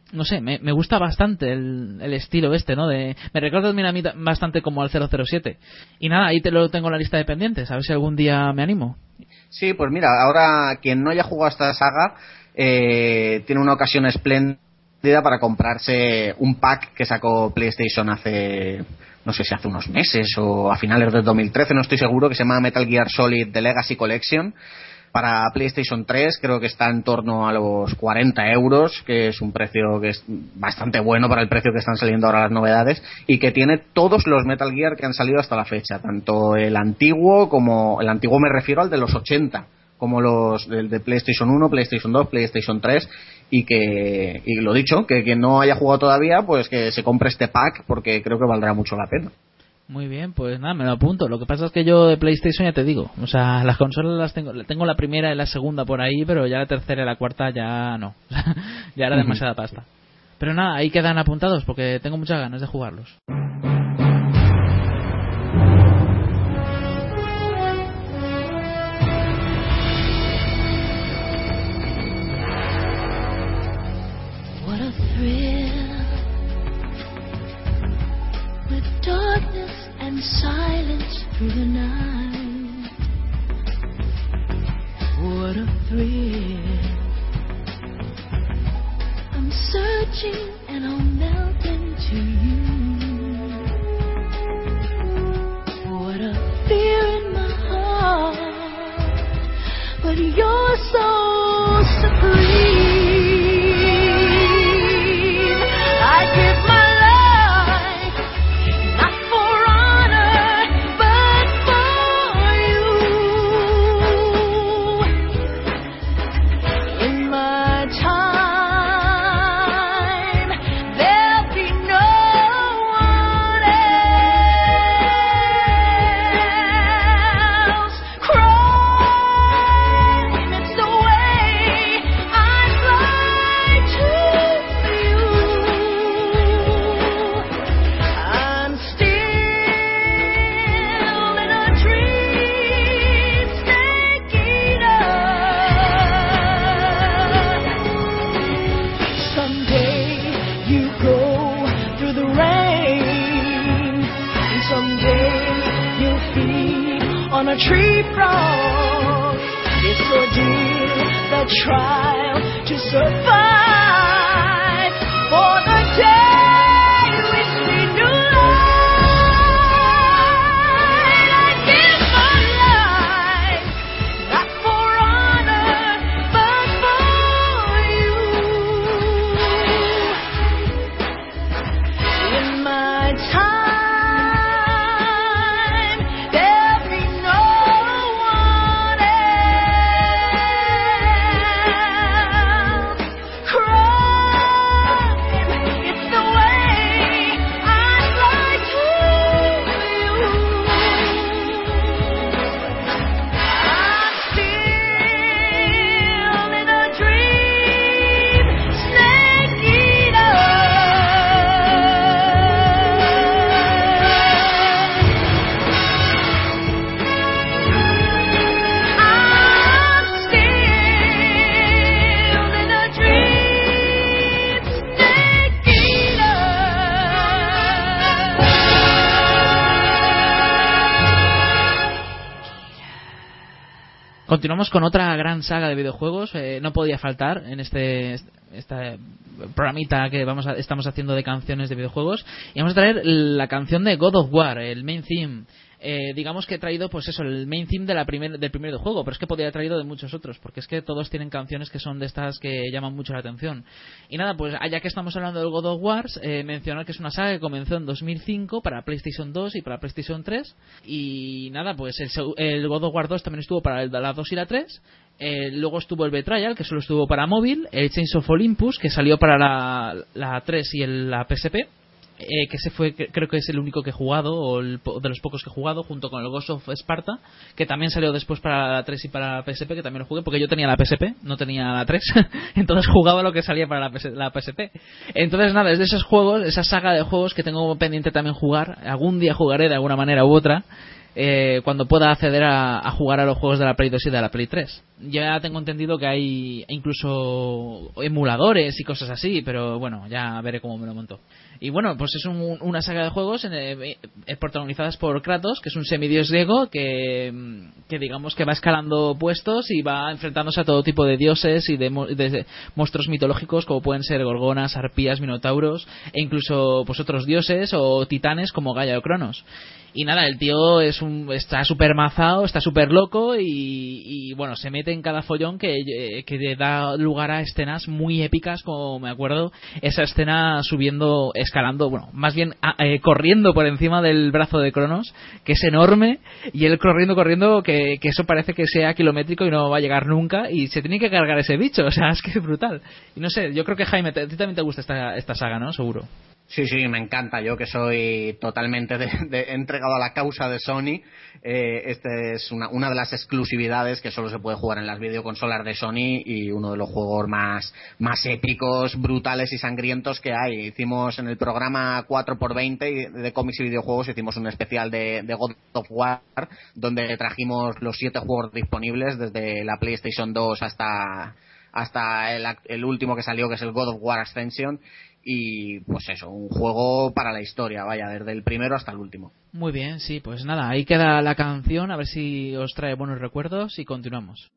no sé, me gusta bastante el estilo este, ¿no? Me recuerda también a mí bastante como al 007. Y nada, ahí te lo tengo en la lista de pendientes, a ver si algún día me animo. Sí, pues mira, ahora quien no haya jugado a esta saga tiene una ocasión espléndida para comprarse un pack que sacó PlayStation hace, no sé si hace unos meses o a finales del 2013, no estoy seguro, que se llama Metal Gear Solid The Legacy Collection. Para PlayStation 3 creo que está en torno a los 40 euros, que es un precio que es bastante bueno para el precio que están saliendo ahora las novedades, y que tiene todos los Metal Gear que han salido hasta la fecha, tanto el antiguo como el antiguo, me refiero al de los 80, como los del de PlayStation 1, PlayStation 2, PlayStation 3, y lo dicho, que quien no haya jugado todavía, pues que se compre este pack porque creo que valdrá mucho la pena. Muy bien, pues nada, me lo apunto. Lo que pasa es que yo de PlayStation ya te digo, o sea, las consolas las tengo la primera y la segunda por ahí, pero ya la tercera y la cuarta ya no. Ya era demasiada pasta. Pero nada, ahí quedan apuntados porque tengo muchas ganas de jugarlos. What a thrill with darkness and silence through the night. What a thrill. I'm searching and I'll melt into you. What a fear in my heart, but you're so supreme. I give my life not for honor, but for you. In my time, there'll be no one else. Crime, it's the way I fly to you. I'm still in a dream, snake eater. Someday you go through the rain, and someday you'll feed on a tree frog. It's ordeal, the trial to survive for the day we see new light. I give my life not for honor, but for you. In my time, there'll be no one else. Crime, it's the way I fly to you. I'm still in a dream, snake eater. I'm still in a dream, snake eater. Continuamos con otra gran saga de videojuegos. No podía faltar en este programita que estamos haciendo de canciones de videojuegos. Y vamos a traer la canción de God of War, el main theme. Digamos que he traído, pues eso, el main theme del primer juego, pero es que podría haber traído de muchos otros, porque es que todos tienen canciones que son de estas que llaman mucho la atención. Y nada, pues ya que estamos hablando del God of War, mencionar que es una saga que comenzó en 2005 para PlayStation 2 y para PlayStation 3. Y nada, pues el God of War 2 también estuvo para la 2 y la 3. Luego estuvo el Betrayal, que solo estuvo para móvil. El Chains of Olympus, que salió para la 3 y la PSP. Que ese fue, creo que es el único que he jugado, o de los pocos que he jugado, junto con el Ghost of Sparta, que también salió después para la 3 y para la PSP, que también lo jugué, porque yo tenía la PSP, no tenía la 3, entonces jugaba lo que salía para la PSP. Entonces nada, es de esos juegos, esa saga de juegos que tengo pendiente también jugar, algún día jugaré de alguna manera u otra. cuando pueda acceder a jugar a los juegos de la Play 2 y de la Play 3. Ya tengo entendido que hay incluso emuladores y cosas así, pero bueno, ya veré cómo me lo monto. Y bueno, pues es una saga de juegos protagonizadas por Kratos, que es un semidios griego que digamos que va escalando puestos y va enfrentándose a todo tipo de dioses y de monstruos mitológicos, como pueden ser gorgonas, arpías, minotauros e incluso pues otros dioses o titanes como Gaia o Cronos. Y nada, el tío está súper mazado, está súper loco y bueno, se mete en cada follón que da lugar a escenas muy épicas, como me acuerdo esa escena escalando, bueno, más bien corriendo por encima del brazo de Cronos, que es enorme, y él corriendo, que eso parece que sea kilométrico y no va a llegar nunca, y se tiene que cargar ese bicho, o sea, es que es brutal. Y no sé, yo creo que Jaime, a ti también te gusta esta saga, ¿no? Seguro. Sí, me encanta. Yo que soy totalmente entregado a la causa de Sony. Este es una de las exclusividades que solo se puede jugar en las videoconsolas de Sony y uno de los juegos más épicos, brutales y sangrientos que hay. Hicimos en el programa 4x20 de cómics y videojuegos, hicimos un especial de God of War, donde trajimos los 7 juegos disponibles desde la PlayStation 2 hasta el último que salió, que es el God of War Ascension. Y pues eso, un juego para la historia, vaya, desde el primero hasta el último. Muy bien, sí, pues nada, ahí queda la canción, a ver si os trae buenos recuerdos y continuamos.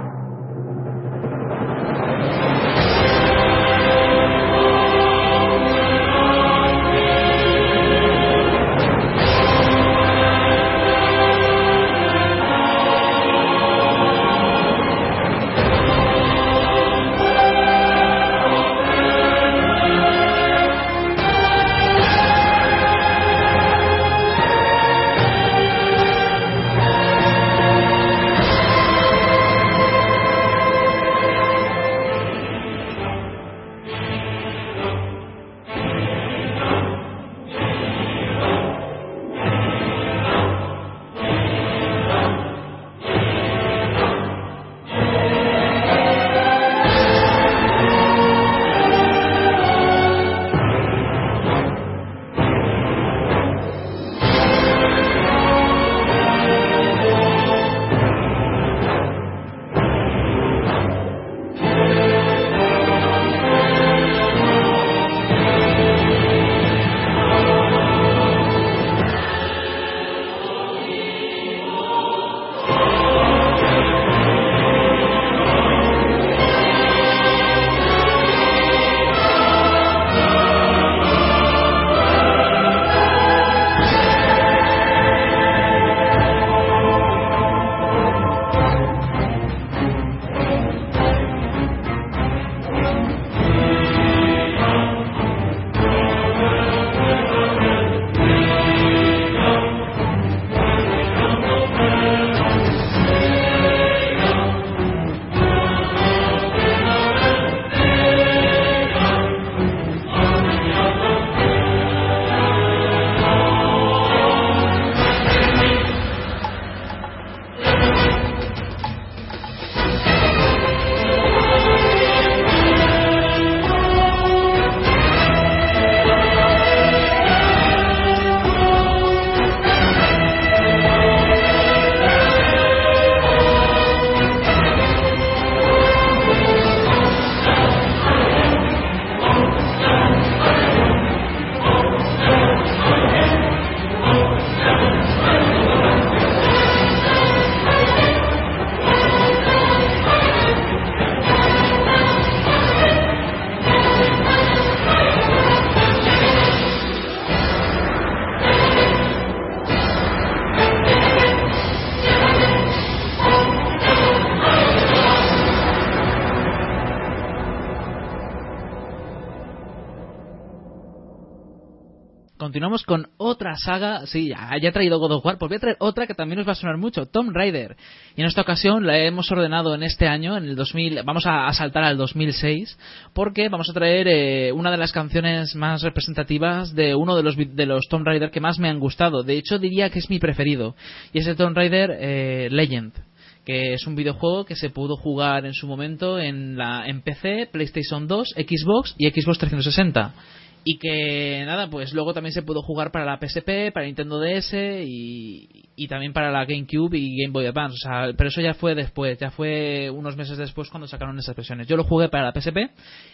Continuamos con otra saga. Sí, ya he traído God of War, pues voy a traer otra que también os va a sonar mucho, Tomb Raider. Y en esta ocasión la hemos ordenado en este año, en el 2000. Vamos a saltar al 2006, porque vamos a traer una de las canciones más representativas de uno de los Tomb Raider que más me han gustado. De hecho, diría que es mi preferido. Y es el Tomb Raider Legend, que es un videojuego que se pudo jugar en su momento en PC, PlayStation 2, Xbox y Xbox 360. Y que nada, pues luego también se pudo jugar para la PSP, para Nintendo DS y y también para la GameCube y Game Boy Advance, o sea, pero eso ya fue después, ya fue unos meses después cuando sacaron esas versiones. Yo lo jugué para la PSP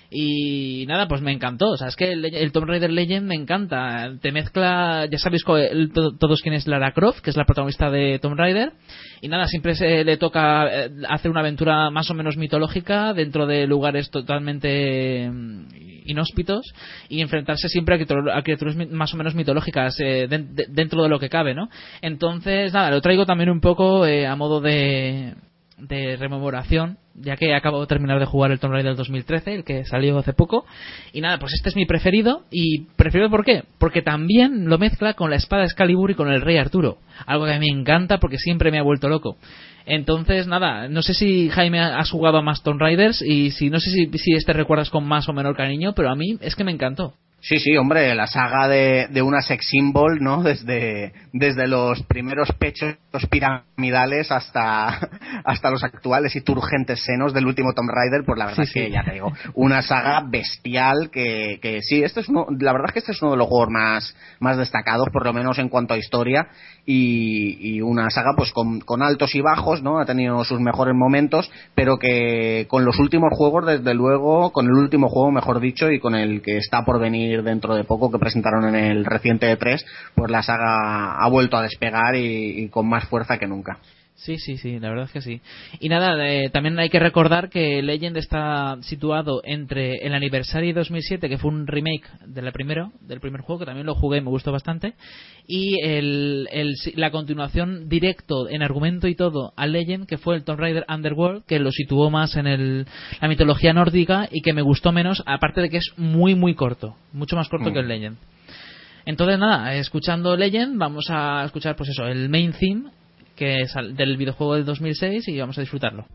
y nada, pues me encantó, o sea, es que el Tomb Raider Legend me encanta, te mezcla, ya sabéis todos quién es Lara Croft, que es la protagonista de Tomb Raider, y nada, siempre le toca hacer una aventura más o menos mitológica dentro de lugares totalmente inhóspitos y enfrentarse siempre a criaturas más o menos mitológicas dentro de lo que cabe, ¿no? Entonces, nada, lo traigo también un poco a modo de rememoración, ya que acabo de terminar de jugar el Tomb Raider 2013, el que salió hace poco, y nada, pues este es mi preferido. ¿Y preferido por qué? Porque también lo mezcla con la espada Excalibur y con el Rey Arturo, algo que a mí me encanta porque siempre me ha vuelto loco. Entonces, nada, no sé si Jaime has jugado a más Tomb Raiders y si no sé si este recuerdas con más o menor cariño, pero a mí es que me encantó. Sí, hombre, la saga de una sex symbol, ¿no? Desde los primeros pechos piramidales hasta los actuales y turgentes senos del último Tomb Raider, pues la verdad es que, ya te digo, una saga bestial que sí, la verdad es que este es uno de los juegos más destacados, por lo menos en cuanto a historia, y una saga pues con altos y bajos, ¿no? Ha tenido sus mejores momentos, pero que con los últimos juegos, desde luego, con el último juego, mejor dicho, y con el que está por venir dentro de poco, que presentaron en el reciente E3, pues la saga ha vuelto a despegar y con más fuerza que nunca. Sí, la verdad es que sí. Y nada, también hay que recordar que Legend está situado entre el Anniversary 2007, que fue un remake del primer juego, que también lo jugué y me gustó bastante, y la continuación directo en argumento y todo a Legend, que fue el Tomb Raider Underworld, que lo situó más en la mitología nórdica y que me gustó menos, aparte de que es muy muy corto, mucho más corto que el Legend. Entonces nada, escuchando Legend vamos a escuchar pues eso, el main theme, que es del videojuego del 2006, y vamos a disfrutarlo.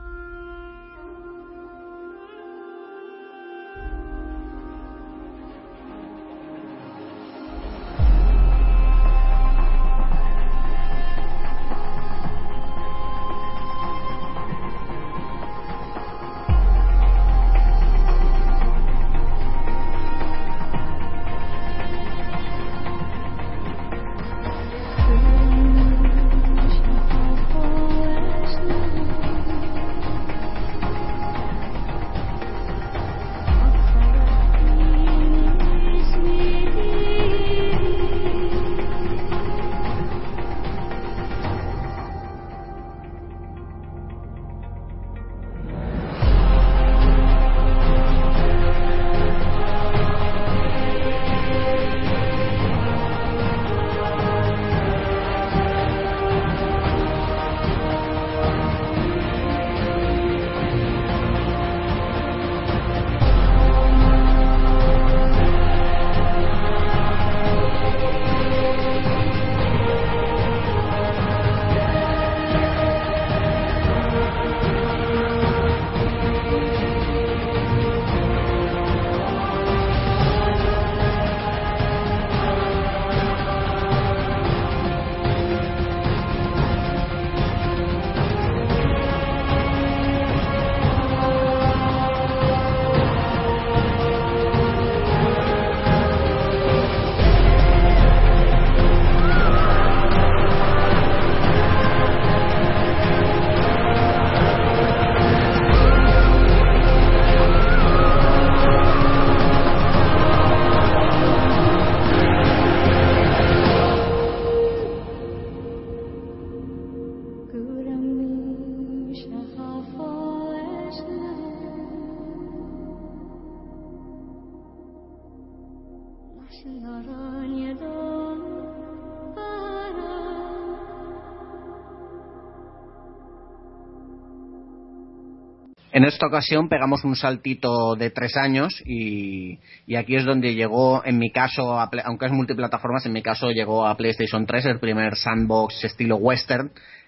En esta ocasión pegamos un saltito de 3 años y aquí es donde llegó, en mi caso, aunque es multiplataformas, en mi caso llegó a PlayStation 3 el primer sandbox estilo western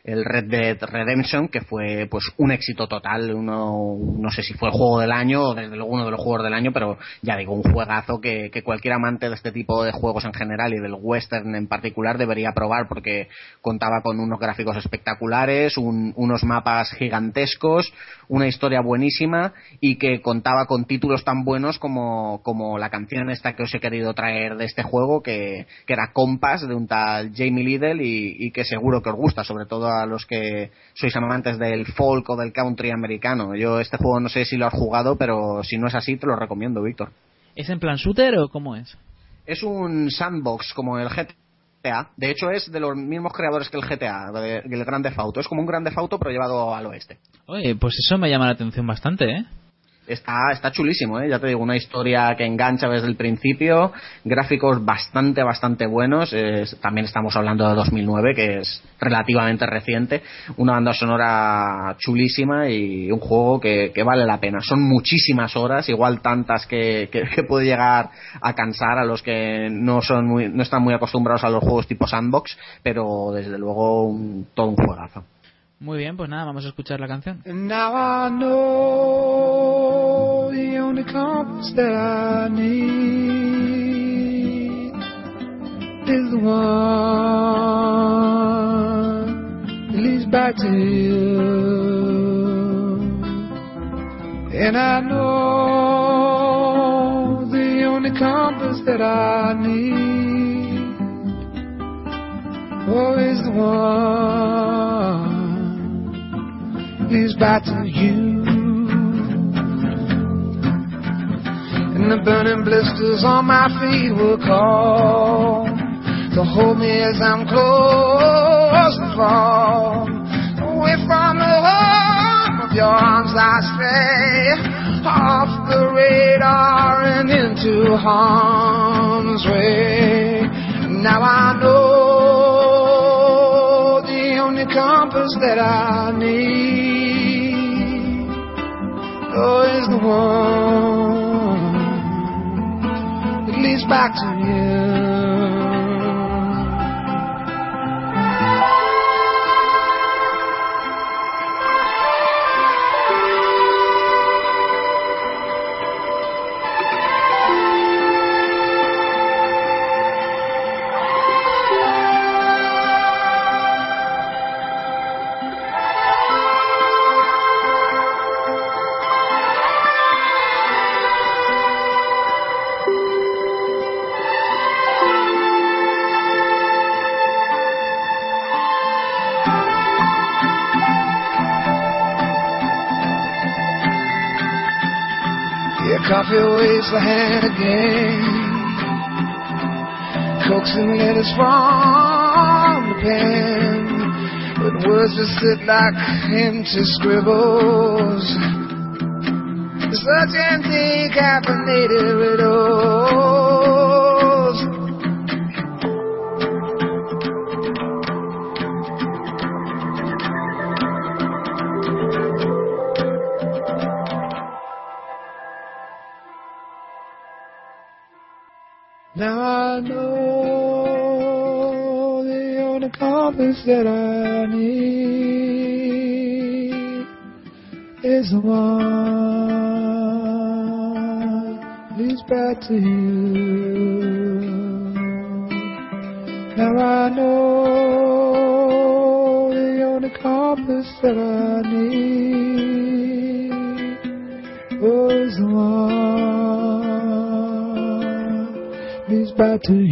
el Red Dead Redemption, que fue pues un éxito total. No sé si fue el juego del año o desde luego uno de los juegos del año, pero ya digo, un juegazo que cualquier amante de este tipo de juegos en general y del western en particular debería probar, porque contaba con unos gráficos espectaculares, unos mapas gigantescos, una historia buenísima, y que contaba con títulos tan buenos como la canción esta que os he querido traer de este juego, que era Compass, de un tal Jamie Liddell, y que seguro que os gusta, sobre todo a los que sois amantes del folk o del country americano. Yo este juego no sé si lo has jugado, pero si no es así te lo recomiendo, Víctor. ¿Es en plan shooter o cómo es? Es un sandbox como el GTA. De hecho es de los mismos creadores que el GTA, el Grand Theft Auto. Es como un Grand Theft Auto pero llevado al oeste. Oye, pues eso me llama la atención bastante, ¿eh? Está chulísimo, ya te digo, una historia que engancha desde el principio, gráficos bastante buenos, también estamos hablando de 2009, que es relativamente reciente, una banda sonora chulísima y un juego que vale la pena. Son muchísimas horas, igual tantas que puede llegar a cansar a los que no están muy acostumbrados a los juegos tipo sandbox, pero desde luego todo un juegazo. Muy bien, pues nada, vamos a escuchar la canción. And now I know the only compass that I need is the one that leads back to you. And I know the only compass that I need is the one leads back to you. And the burning blisters on my feet will call to hold me as I'm close to fall. Away from the home of your arms I stray, off the radar and into harm's way. Now I know the only compass that I need is the one that leads back to you. Coffee waves the hand again, coaxing letters from the pen, but words just sit like empty scribbles, such empty caffeinated riddles. Now I know the only compass that I need is the one that leads back to you. Now I know the only compass that I need is the one back to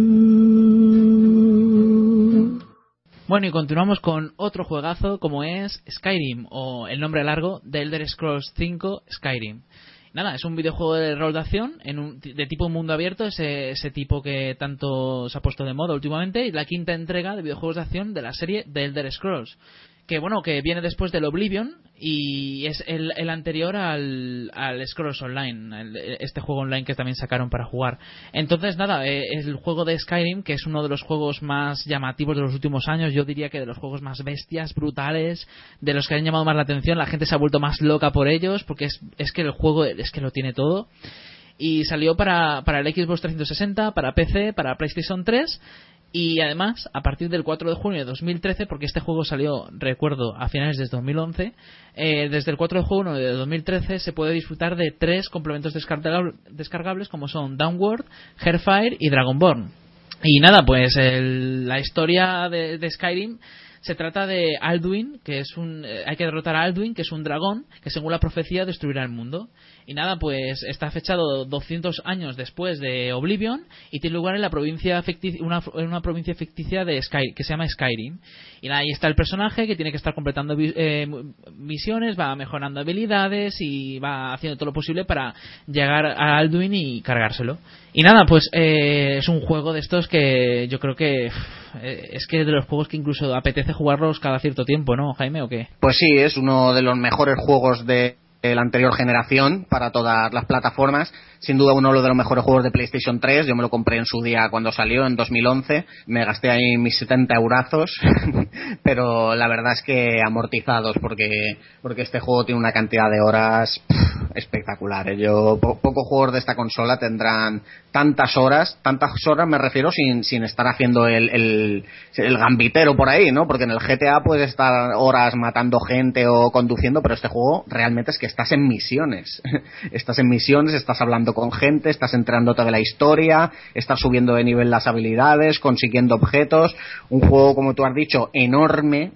you. Bueno, y continuamos con otro juegazo como es Skyrim, o el nombre largo de Elder Scrolls 5 Skyrim. Nada, es un videojuego de rol de acción de tipo mundo abierto, ese tipo que tanto se ha puesto de moda últimamente, y la quinta entrega de videojuegos de acción de la serie de Elder Scrolls, que bueno, que viene después del Oblivion y es el anterior al Scrolls Online, este juego online que también sacaron para jugar. Entonces nada, es el juego de Skyrim, que es uno de los juegos más llamativos de los últimos años, yo diría que de los juegos más bestias, brutales, de los que han llamado más la atención. La gente se ha vuelto más loca por ellos, porque es que el juego es que lo tiene todo. Y salió para el Xbox 360, para PC, para PlayStation 3, Y además, a partir del 4 de junio de 2013, porque este juego salió, recuerdo, a finales de 2011, desde el 4 de junio de 2013 se puede disfrutar de 3 complementos descargables como son Downward, Hellfire y Dragonborn. Y nada, pues la historia de Skyrim se trata de Alduin, que es hay que derrotar a Alduin, que es un dragón que según la profecía destruirá el mundo. Y nada, pues está fechado 200 años después de Oblivion y tiene lugar en la provincia una provincia ficticia de que se llama Skyrim. Y nada, ahí está el personaje que tiene que estar completando misiones, va mejorando habilidades y va haciendo todo lo posible para llegar a Alduin y cargárselo. Y nada, pues es un juego de estos que yo creo que es que de los juegos que incluso apetece jugarlos cada cierto tiempo, ¿no, Jaime, o qué? Pues sí, es uno de los mejores juegos de la anterior generación para todas las plataformas. Sin duda uno de los mejores juegos de PlayStation 3. Yo me lo compré en su día cuando salió, en 2011. Me gasté ahí mis 70 eurazos. Pero la verdad es que amortizados, porque este juego tiene una cantidad de horas espectaculares. Pocos juegos de esta consola tendrán tantas horas me refiero sin estar haciendo el gambitero por ahí, ¿no? Porque en el GTA puedes estar horas matando gente o conduciendo, pero este juego realmente es que estás en misiones. Estás hablando con gente, estás enterándote de la historia, estás subiendo de nivel las habilidades, consiguiendo objetos. Un juego, como tú has dicho, enorme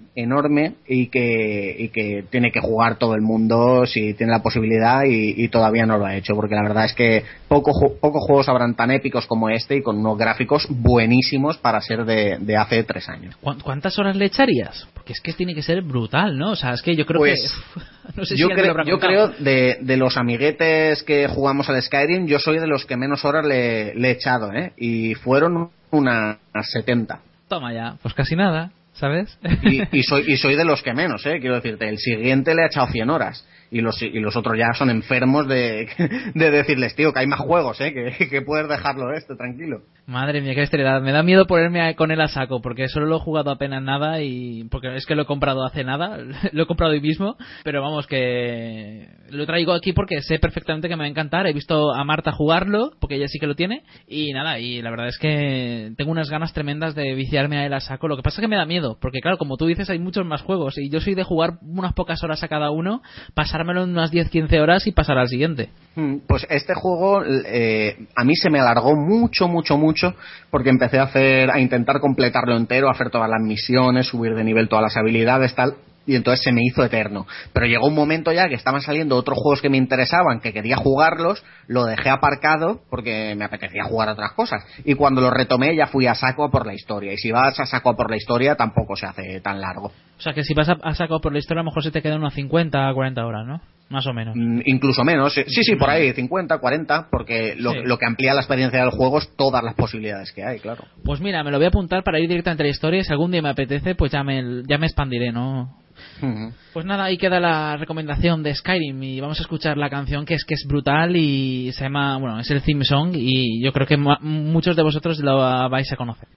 y que tiene que jugar todo el mundo si tiene la posibilidad y todavía no lo ha hecho, porque la verdad es que pocos juegos habrán tan épicos como este y con unos gráficos buenísimos para ser de hace 3 años. ¿Cuántas horas le echarías? Porque es que tiene que ser brutal, ¿no? O sea, es que yo creo que... No sé yo creo de los amiguetes que jugamos al Skyrim, yo soy de los que menos horas le he echado, ¿eh? Y fueron unas 70. Toma ya, pues casi nada, ¿sabes? Y soy de los que menos, quiero decirte, el siguiente le ha echado 100 horas. Y los otros ya son enfermos de decirles, tío, que hay más juegos, que puedes dejarlo tranquilo. Madre mía, qué esterilidad. Me da miedo ponerme con él a saco, porque solo lo he jugado apenas nada y porque es que lo he comprado hace nada, lo he comprado hoy mismo, pero vamos, que lo traigo aquí porque sé perfectamente que me va a encantar. He visto a Marta jugarlo, porque ella sí que lo tiene, y nada, y la verdad es que tengo unas ganas tremendas de viciarme a él a saco. Lo que pasa es que me da miedo, porque claro, como tú dices, hay muchos más juegos, y yo soy de jugar unas pocas horas a cada uno, pasármelo en unas 10-15 horas y pasar al siguiente. Pues este juego a mí se me alargó mucho, porque empecé a intentar completarlo entero, a hacer todas las misiones, subir de nivel todas las habilidades, tal, y entonces se me hizo eterno. Pero llegó un momento ya que estaban saliendo otros juegos que me interesaban, que quería jugarlos, lo dejé aparcado porque me apetecía jugar a otras cosas, y cuando lo retomé ya fui a saco por la historia, y si vas a saco por la historia tampoco se hace tan largo. O sea que si vas a saco por la historia a lo mejor se te quedan unas 50 a 40 horas, ¿no? Más o menos. Incluso menos, sí, por ahí, 50, 40, porque lo que amplía la experiencia del juego es todas las posibilidades que hay, claro. Pues mira, me lo voy a apuntar para ir directamente a la historia, y si algún día me apetece, pues ya me expandiré, ¿no? Pues nada, ahí queda la recomendación de Skyrim, y vamos a escuchar la canción que es brutal y se llama, bueno, es el theme song, y yo creo que muchos de vosotros lo vais a conocer.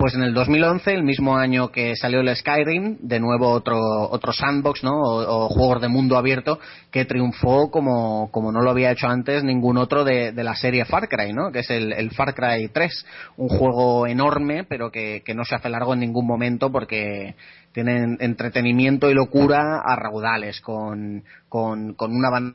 Pues en el 2011, el mismo año que salió el Skyrim, de nuevo otro sandbox, ¿no? O juegos de mundo abierto que triunfó como no lo había hecho antes ningún otro de la serie Far Cry, ¿no? Que es el Far Cry 3, un juego enorme pero que no se hace largo en ningún momento porque tienen entretenimiento y locura a raudales con una banda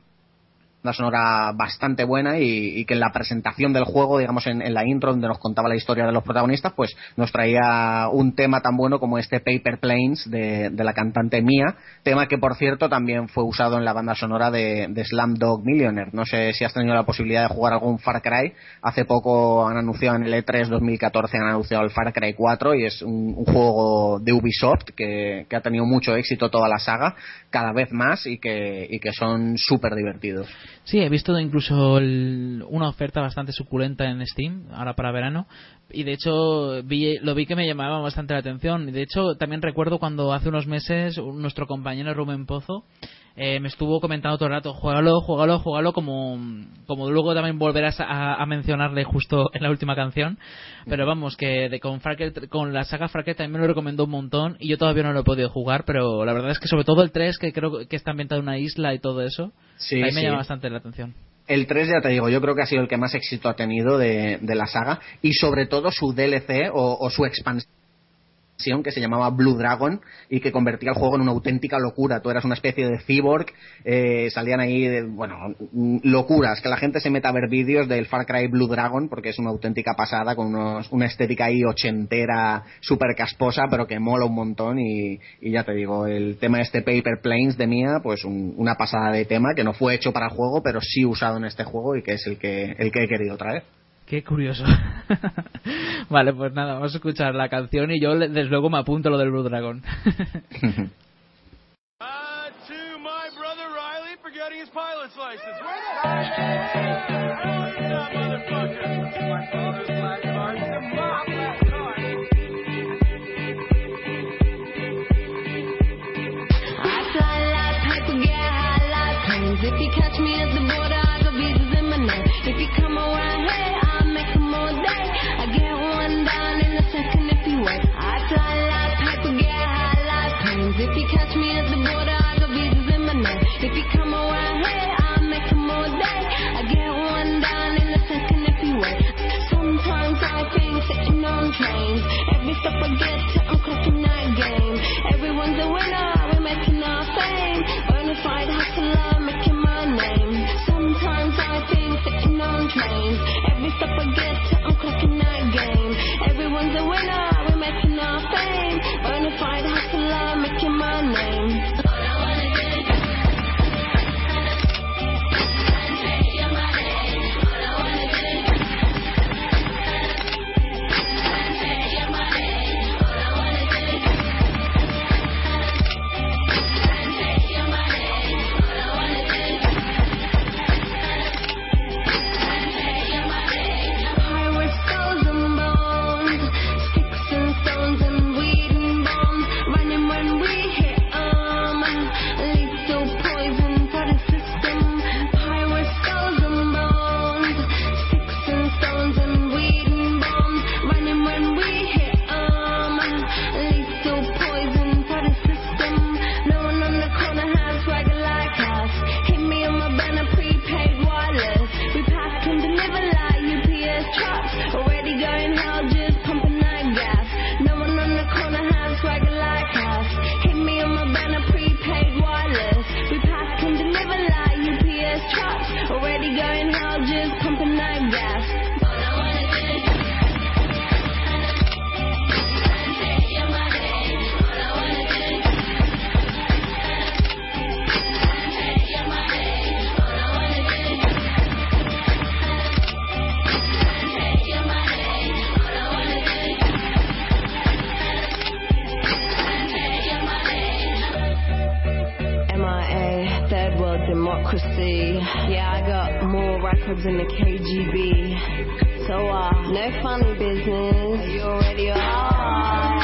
sonora bastante buena y que en la presentación del juego, digamos en la intro donde nos contaba la historia de los protagonistas, pues nos traía un tema tan bueno como este Paper Planes de la cantante Mia, tema que por cierto también fue usado en la banda sonora de Slumdog Millionaire. No sé si has tenido la posibilidad de jugar algún Far Cry. Hace poco han anunciado en el E3 2014 han anunciado el Far Cry 4 y es un juego de Ubisoft que ha tenido mucho éxito toda la saga, cada vez más y que son súper divertidos. Sí, he visto incluso una oferta bastante suculenta en Steam, ahora para verano, y de hecho lo vi que me llamaba bastante la atención. Y de hecho también recuerdo cuando hace unos meses nuestro compañero Rubén Pozo me estuvo comentando todo el rato, juégalo, como luego también volverás a mencionarle justo en la última canción. Pero vamos, que con la saga Far Cry también me lo recomendó un montón y yo todavía no lo he podido jugar, pero la verdad es que sobre todo el 3, que creo que está ambientado en una isla y todo eso, sí, ahí me llama bastante la atención. El 3, ya te digo, yo creo que ha sido el que más éxito ha tenido de la saga, y sobre todo su DLC o su expansión, que se llamaba Blue Dragon y que convertía el juego en una auténtica locura. Tú eras una especie de cyborg, salían ahí locuras, que la gente se meta a ver vídeos del Far Cry Blue Dragon porque es una auténtica pasada, con una estética ahí ochentera súper casposa, pero que mola un montón. Y ya te digo, el tema de este Paper Planes de Mia, pues una pasada de tema que no fue hecho para el juego pero sí usado en este juego y que es el que he querido traer. Qué curioso. Vale, pues nada, vamos a escuchar la canción y yo desde luego me apunto lo del Blue Dragon. If you catch me at the border, I got visas in my name. If you come around here, I'll make them all day. I get one down in a second if you wait. Sometimes I think sitting on trains. Every stop I get to, I'm clocking that game. Everyone's a winner, we're making our fame. Bonafide hustler, making my name. Sometimes I think sitting on trains. Every stop I get to, I'm clocking that game. Everyone's a winner, we're making our fame. Bonafide hustler, making my name. Democracy. Yeah, I got more records than the KGB. So, no funny business. You already are.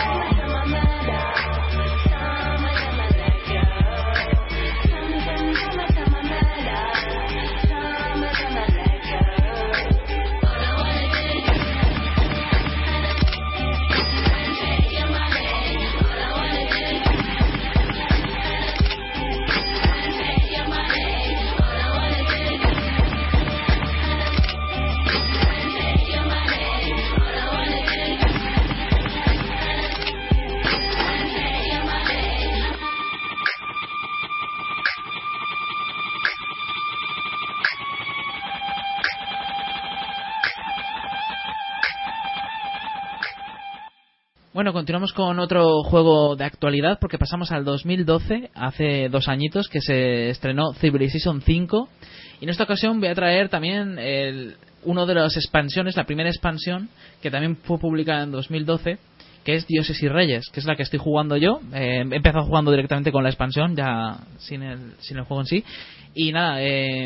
Bueno, continuamos con otro juego de actualidad porque pasamos al 2012, hace 2 añitos que se estrenó Civilization 5 y en esta ocasión voy a traer también uno de las expansiones, la primera expansión que también fue publicada en 2012, que es Dioses y Reyes, que es la que estoy jugando yo. He empezado jugando directamente con la expansión, ya sin el juego en sí. Y nada,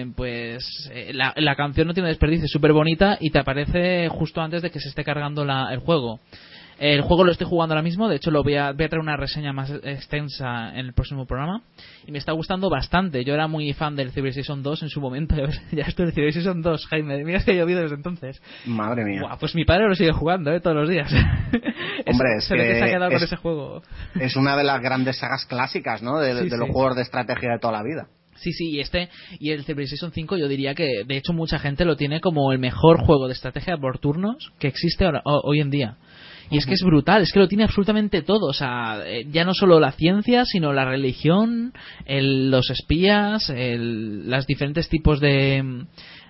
la canción no tiene desperdicio, es súper bonita y te aparece justo antes de que se esté cargando el juego. El juego lo estoy jugando ahora mismo, de hecho voy a traer una reseña más extensa en el próximo programa y me está gustando bastante. Yo era muy fan del Civilization 2 en su momento. Ya estoy en Civilization 2, Jaime, mira que ha llovido desde entonces. Madre mía. Buah, pues mi padre lo sigue jugando todos los días. Hombre, se ve que se ha quedado con ese juego. Es una de las grandes sagas clásicas, ¿no? De los juegos de estrategia de toda la vida. Sí, y el Civilization 5 yo diría que de hecho mucha gente lo tiene como el mejor juego de estrategia por turnos que existe hoy en día. Y es que es brutal, es que lo tiene absolutamente todo, o sea, ya no solo la ciencia, sino la religión, los espías, los diferentes tipos de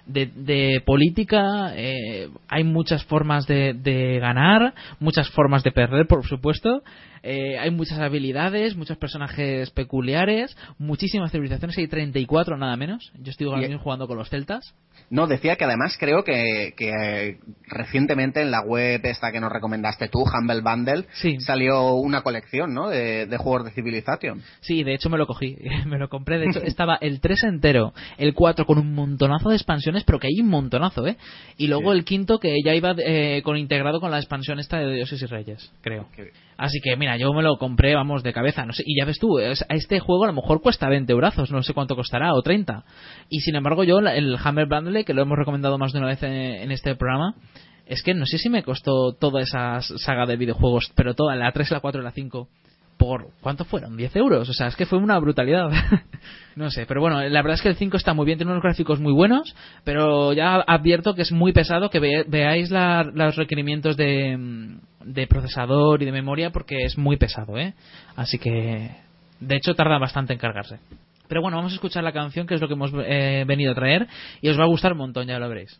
política, hay muchas formas de ganar, muchas formas de perder, por supuesto, hay muchas habilidades, muchos personajes peculiares, muchísimas civilizaciones, hay 34 nada menos. Yo estoy ahora mismo jugando con los celtas. No, decía que además creo que recientemente en la web esta que nos recomendaste tú, Humble Bundle, salió una colección, ¿no? De juegos de Civilization. Sí, de hecho me lo cogí, me lo compré. De hecho estaba el 3 entero, el 4 con un montonazo de expansiones, pero que hay un montonazo, y luego el quinto que ya iba integrado con la expansión esta de Dioses y Reyes, creo. Así que mira, yo me lo compré, vamos, de cabeza, no sé, y ya ves tú, este juego a lo mejor cuesta 20 eurazos, no sé cuánto costará, o 30. Y sin embargo yo, el Humble Bundle, que lo hemos recomendado más de una vez en este programa, es que no sé si me costó toda esa saga de videojuegos, pero toda, la 3, la 4 y la 5, ¿por cuánto fueron? 10 euros, o sea, es que fue una brutalidad. No sé, pero bueno, la verdad es que el 5 está muy bien, tiene unos gráficos muy buenos, pero ya advierto que es muy pesado, que veáis los requerimientos de procesador y de memoria, porque es muy pesado, así que de hecho tarda bastante en cargarse. Pero bueno, vamos a escuchar la canción, que es lo que hemos venido a traer, y os va a gustar un montón, ya lo veréis.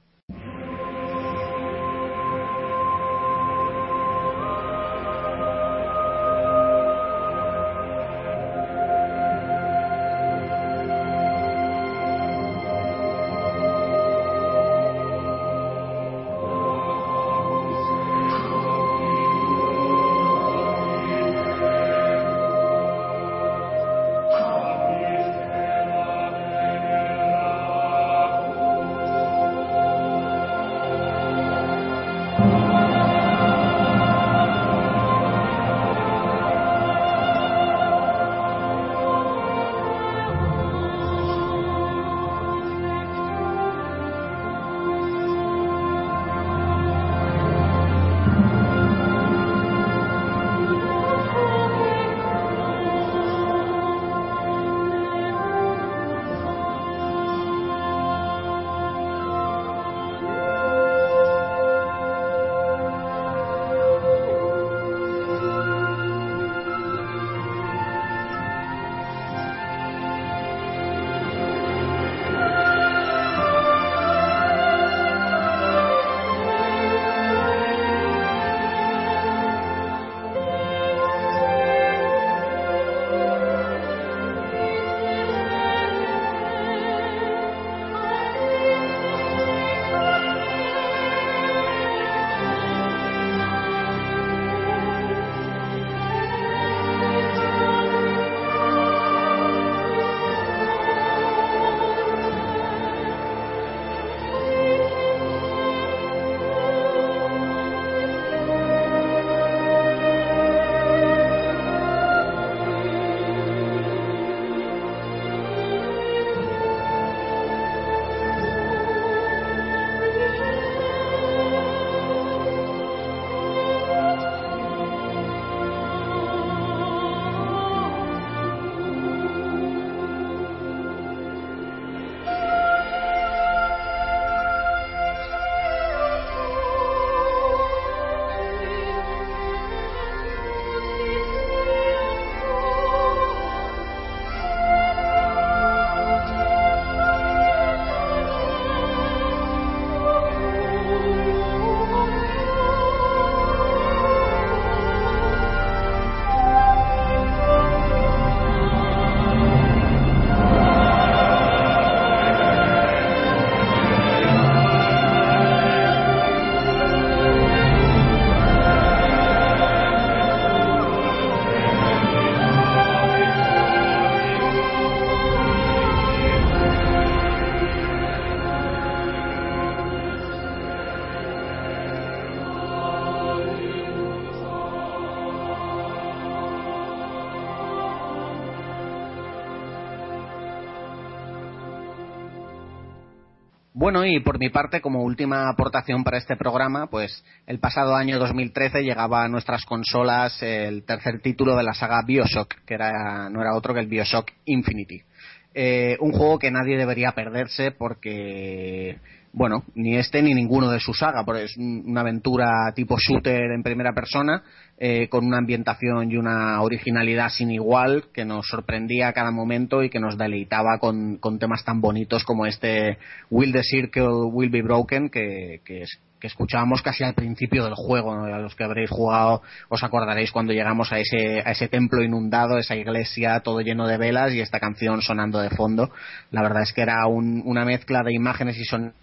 Bueno, y por mi parte, como última aportación para este programa, pues el pasado año 2013 llegaba a nuestras consolas el tercer título de la saga BioShock, que no era otro que el BioShock Infinity. Un juego que nadie debería perderse porque, bueno, ni este ni ninguno de su saga, porque es una aventura tipo shooter en primera persona, con una ambientación y una originalidad sin igual que nos sorprendía a cada momento y que nos deleitaba con temas tan bonitos como este Will the Circle Will Be Broken, que escuchábamos casi al principio del juego, ¿no? A los que habréis jugado os acordaréis cuando llegamos a ese templo inundado, esa iglesia todo lleno de velas y esta canción sonando de fondo. La verdad es que era una mezcla de imágenes y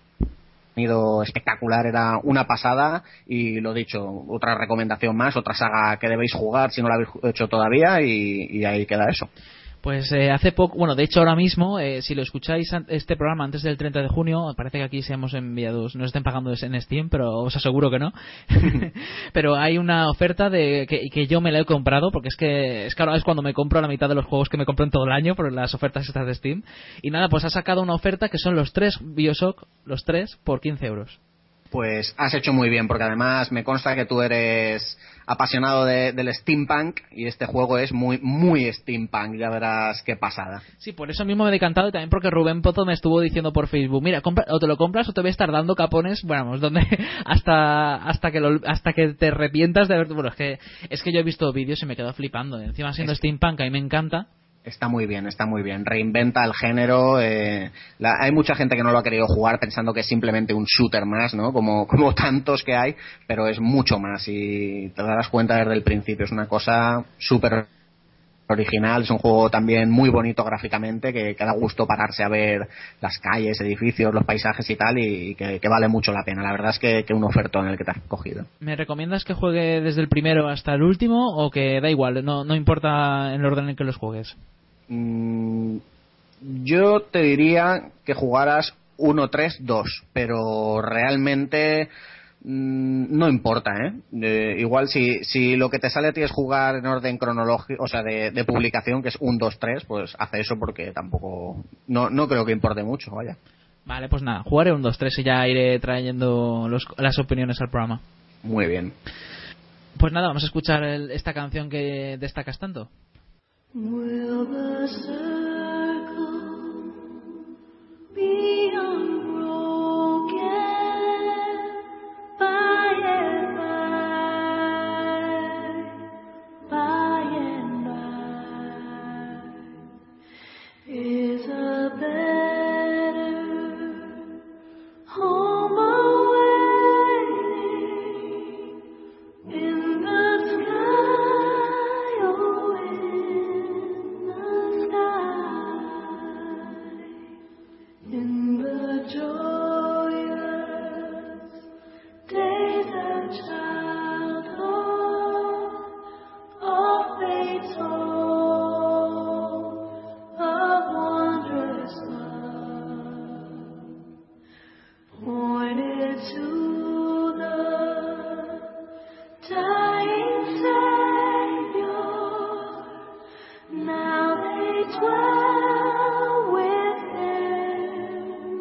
sonido espectacular, era una pasada. Y lo dicho, otra recomendación más, otra saga que debéis jugar si no la habéis hecho todavía, y ahí queda eso. Pues hace poco, bueno, de hecho ahora mismo, si lo escucháis este programa antes del 30 de junio, parece que aquí seamos enviados, no estén pagando en Steam, pero os aseguro que no. Pero hay una oferta que yo me la he comprado, porque es claro, es cuando me compro la mitad de los juegos que me compro en todo el año por las ofertas estas de Steam. Y nada, pues ha sacado una oferta que son los 3 BioShock, los 3 por 15 euros. Pues has hecho muy bien, porque además me consta que tú eres apasionado del steampunk y este juego es muy muy steampunk, ya verás qué pasada. Sí, por eso mismo me he decantado, y también porque Rubén Pozo me estuvo diciendo por Facebook, mira, o te lo compras o te voy a estar dando capones, bueno, donde hasta que te arrepientas de ver. Bueno, es que yo he visto vídeos y me quedo flipando, encima siendo steampunk a mí me encanta. Está muy bien, reinventa el género. Hay mucha gente que no lo ha querido jugar pensando que es simplemente un shooter más, ¿no? Como tantos que hay, pero es mucho más y te darás cuenta desde el principio. Es una cosa súper original, es un juego también muy bonito gráficamente, que da gusto pararse a ver las calles, edificios, los paisajes y tal, y que vale mucho la pena. La verdad es que un ofertón el que te has cogido. ¿Me recomiendas que juegue desde el primero hasta el último o que da igual, no importa el orden en que los juegues? Yo te diría que jugaras 1, 3, 2, pero realmente no importa, igual si lo que te sale a ti es jugar en orden cronológico, o sea, de publicación, que es 1, 2, 3, pues hace eso, porque tampoco no creo que importe mucho, vaya. Vale, pues nada, jugaré 1, 2, 3 y ya iré trayendo las opiniones al programa. Muy bien. Pues nada, vamos a escuchar esta canción que destacas tanto. Will the circle be unbroken by and by? Is a better home awaiting in the sky, oh, in the joyous days of childhood, of fate's hope, of wondrous love, pointed to the dying Savior. Now they dwell with Him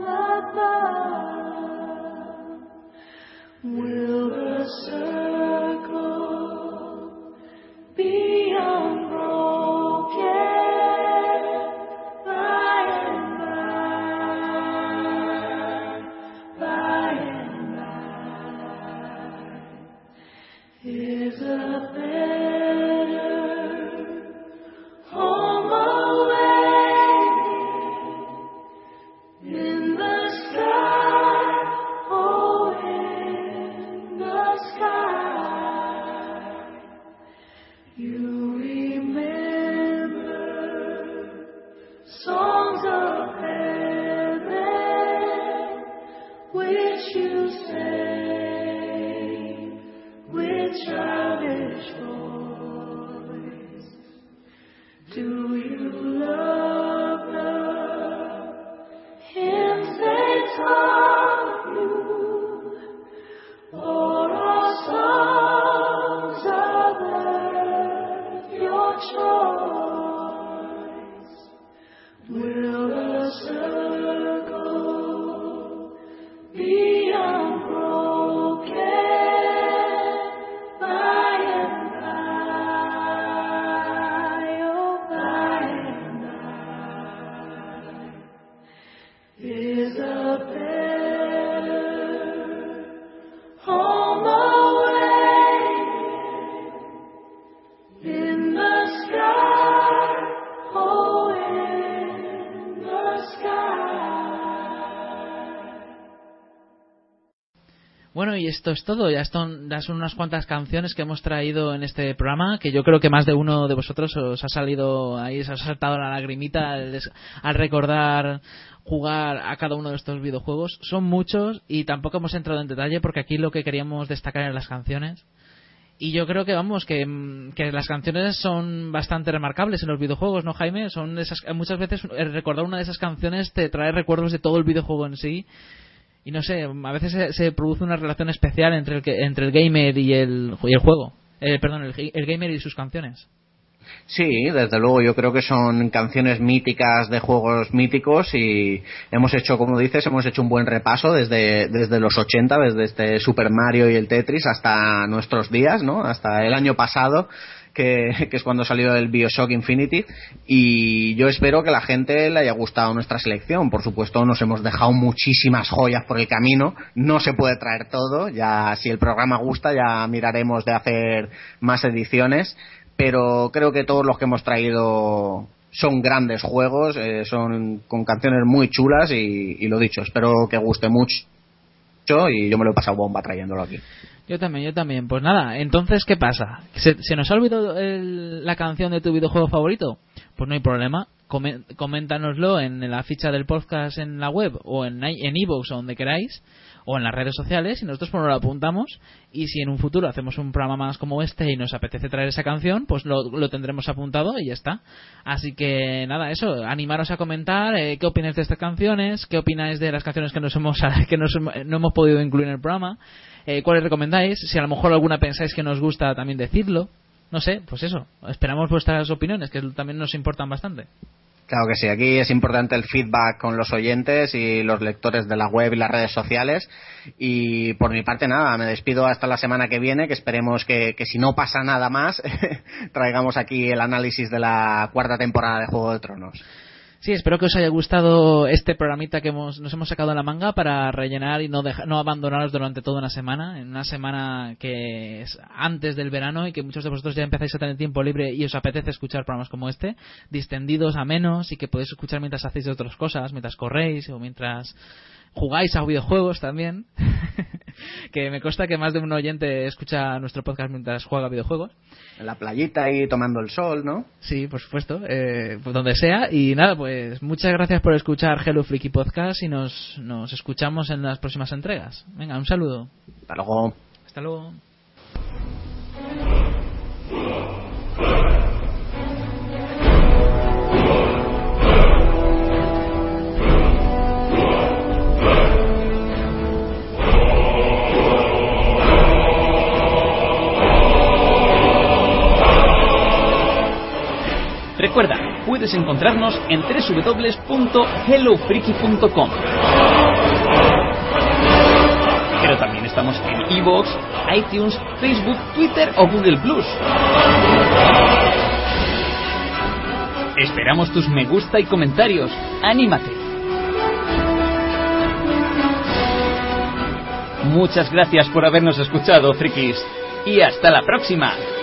above. Will the circle be unbroken by and by and by? Is a better home awaiting in the sky, oh, in the sky. You remember songs of heaven which you sang with childish voice. Do you love the hymns they taught you, or are songs of earth your choice? Will the circle Bueno, y esto es todo. Ya son unas cuantas canciones que hemos traído en este programa, que yo creo que más de uno de vosotros os ha salido ahí, os ha saltado la lagrimita al recordar jugar a cada uno de estos videojuegos. Son muchos y tampoco hemos entrado en detalle porque aquí lo que queríamos destacar eran las canciones. Y yo creo que que las canciones son bastante remarcables en los videojuegos, ¿no, Jaime? Son muchas veces recordar una de esas canciones te trae recuerdos de todo el videojuego en sí. Y no sé, a veces se produce una relación especial entre el gamer y el juego. El gamer y sus canciones. Sí, desde luego yo creo que son canciones míticas de juegos míticos y hemos hecho, como dices, un buen repaso desde los 80, desde este Super Mario y el Tetris hasta nuestros días, ¿no? Hasta el año pasado, que es cuando salió el BioShock Infinity, y yo espero que a la gente le haya gustado nuestra selección. Por supuesto nos hemos dejado muchísimas joyas por el camino, no se puede traer todo, ya si el programa gusta ya miraremos de hacer más ediciones, pero creo que todos los que hemos traído son grandes juegos, son con canciones muy chulas y lo dicho, espero que guste mucho y yo me lo he pasado bomba trayéndolo aquí. Yo también. Pues nada, entonces, ¿qué pasa? ¿Se nos ha olvidado la canción de tu videojuego favorito? Pues no hay problema. Coméntanoslo en la ficha del podcast en la web o en iVoox o donde queráis, o en las redes sociales, y nosotros pues lo apuntamos, y si en un futuro hacemos un programa más como este y nos apetece traer esa canción, pues lo tendremos apuntado y ya está. Así que nada, eso, animaros a comentar qué opináis de estas canciones, qué opináis de las canciones que no hemos podido incluir en el programa, cuáles recomendáis, si a lo mejor alguna pensáis que nos gusta también decirlo, no sé, pues eso, esperamos vuestras opiniones, que también nos importan bastante. Claro que sí, aquí es importante el feedback con los oyentes y los lectores de la web y las redes sociales, y por mi parte nada, me despido hasta la semana que viene, que esperemos que si no pasa nada más traigamos aquí el análisis de la 4ª temporada de Juego de Tronos. Sí, espero que os haya gustado este programita que nos hemos sacado de la manga para rellenar y no abandonaros durante toda una semana, en una semana que es antes del verano y que muchos de vosotros ya empezáis a tener tiempo libre y os apetece escuchar programas como este, distendidos, amenos, y que podéis escuchar mientras hacéis otras cosas, mientras corréis o mientras jugáis a videojuegos también. Que me consta que más de un oyente escucha nuestro podcast mientras juega a videojuegos. En la playita y tomando el sol, ¿no? Sí, por supuesto, pues donde sea. Y nada, pues muchas gracias por escuchar Hello Freaky Podcast y nos escuchamos en las próximas entregas. Venga, un saludo. Hasta luego. Hasta luego. Recuerda, puedes encontrarnos en www.hellofreaky.com. Pero también estamos en iVoox, iTunes, Facebook, Twitter o Google+. Esperamos tus me gusta y comentarios. ¡Anímate! Muchas gracias por habernos escuchado, frikis. Y hasta la próxima.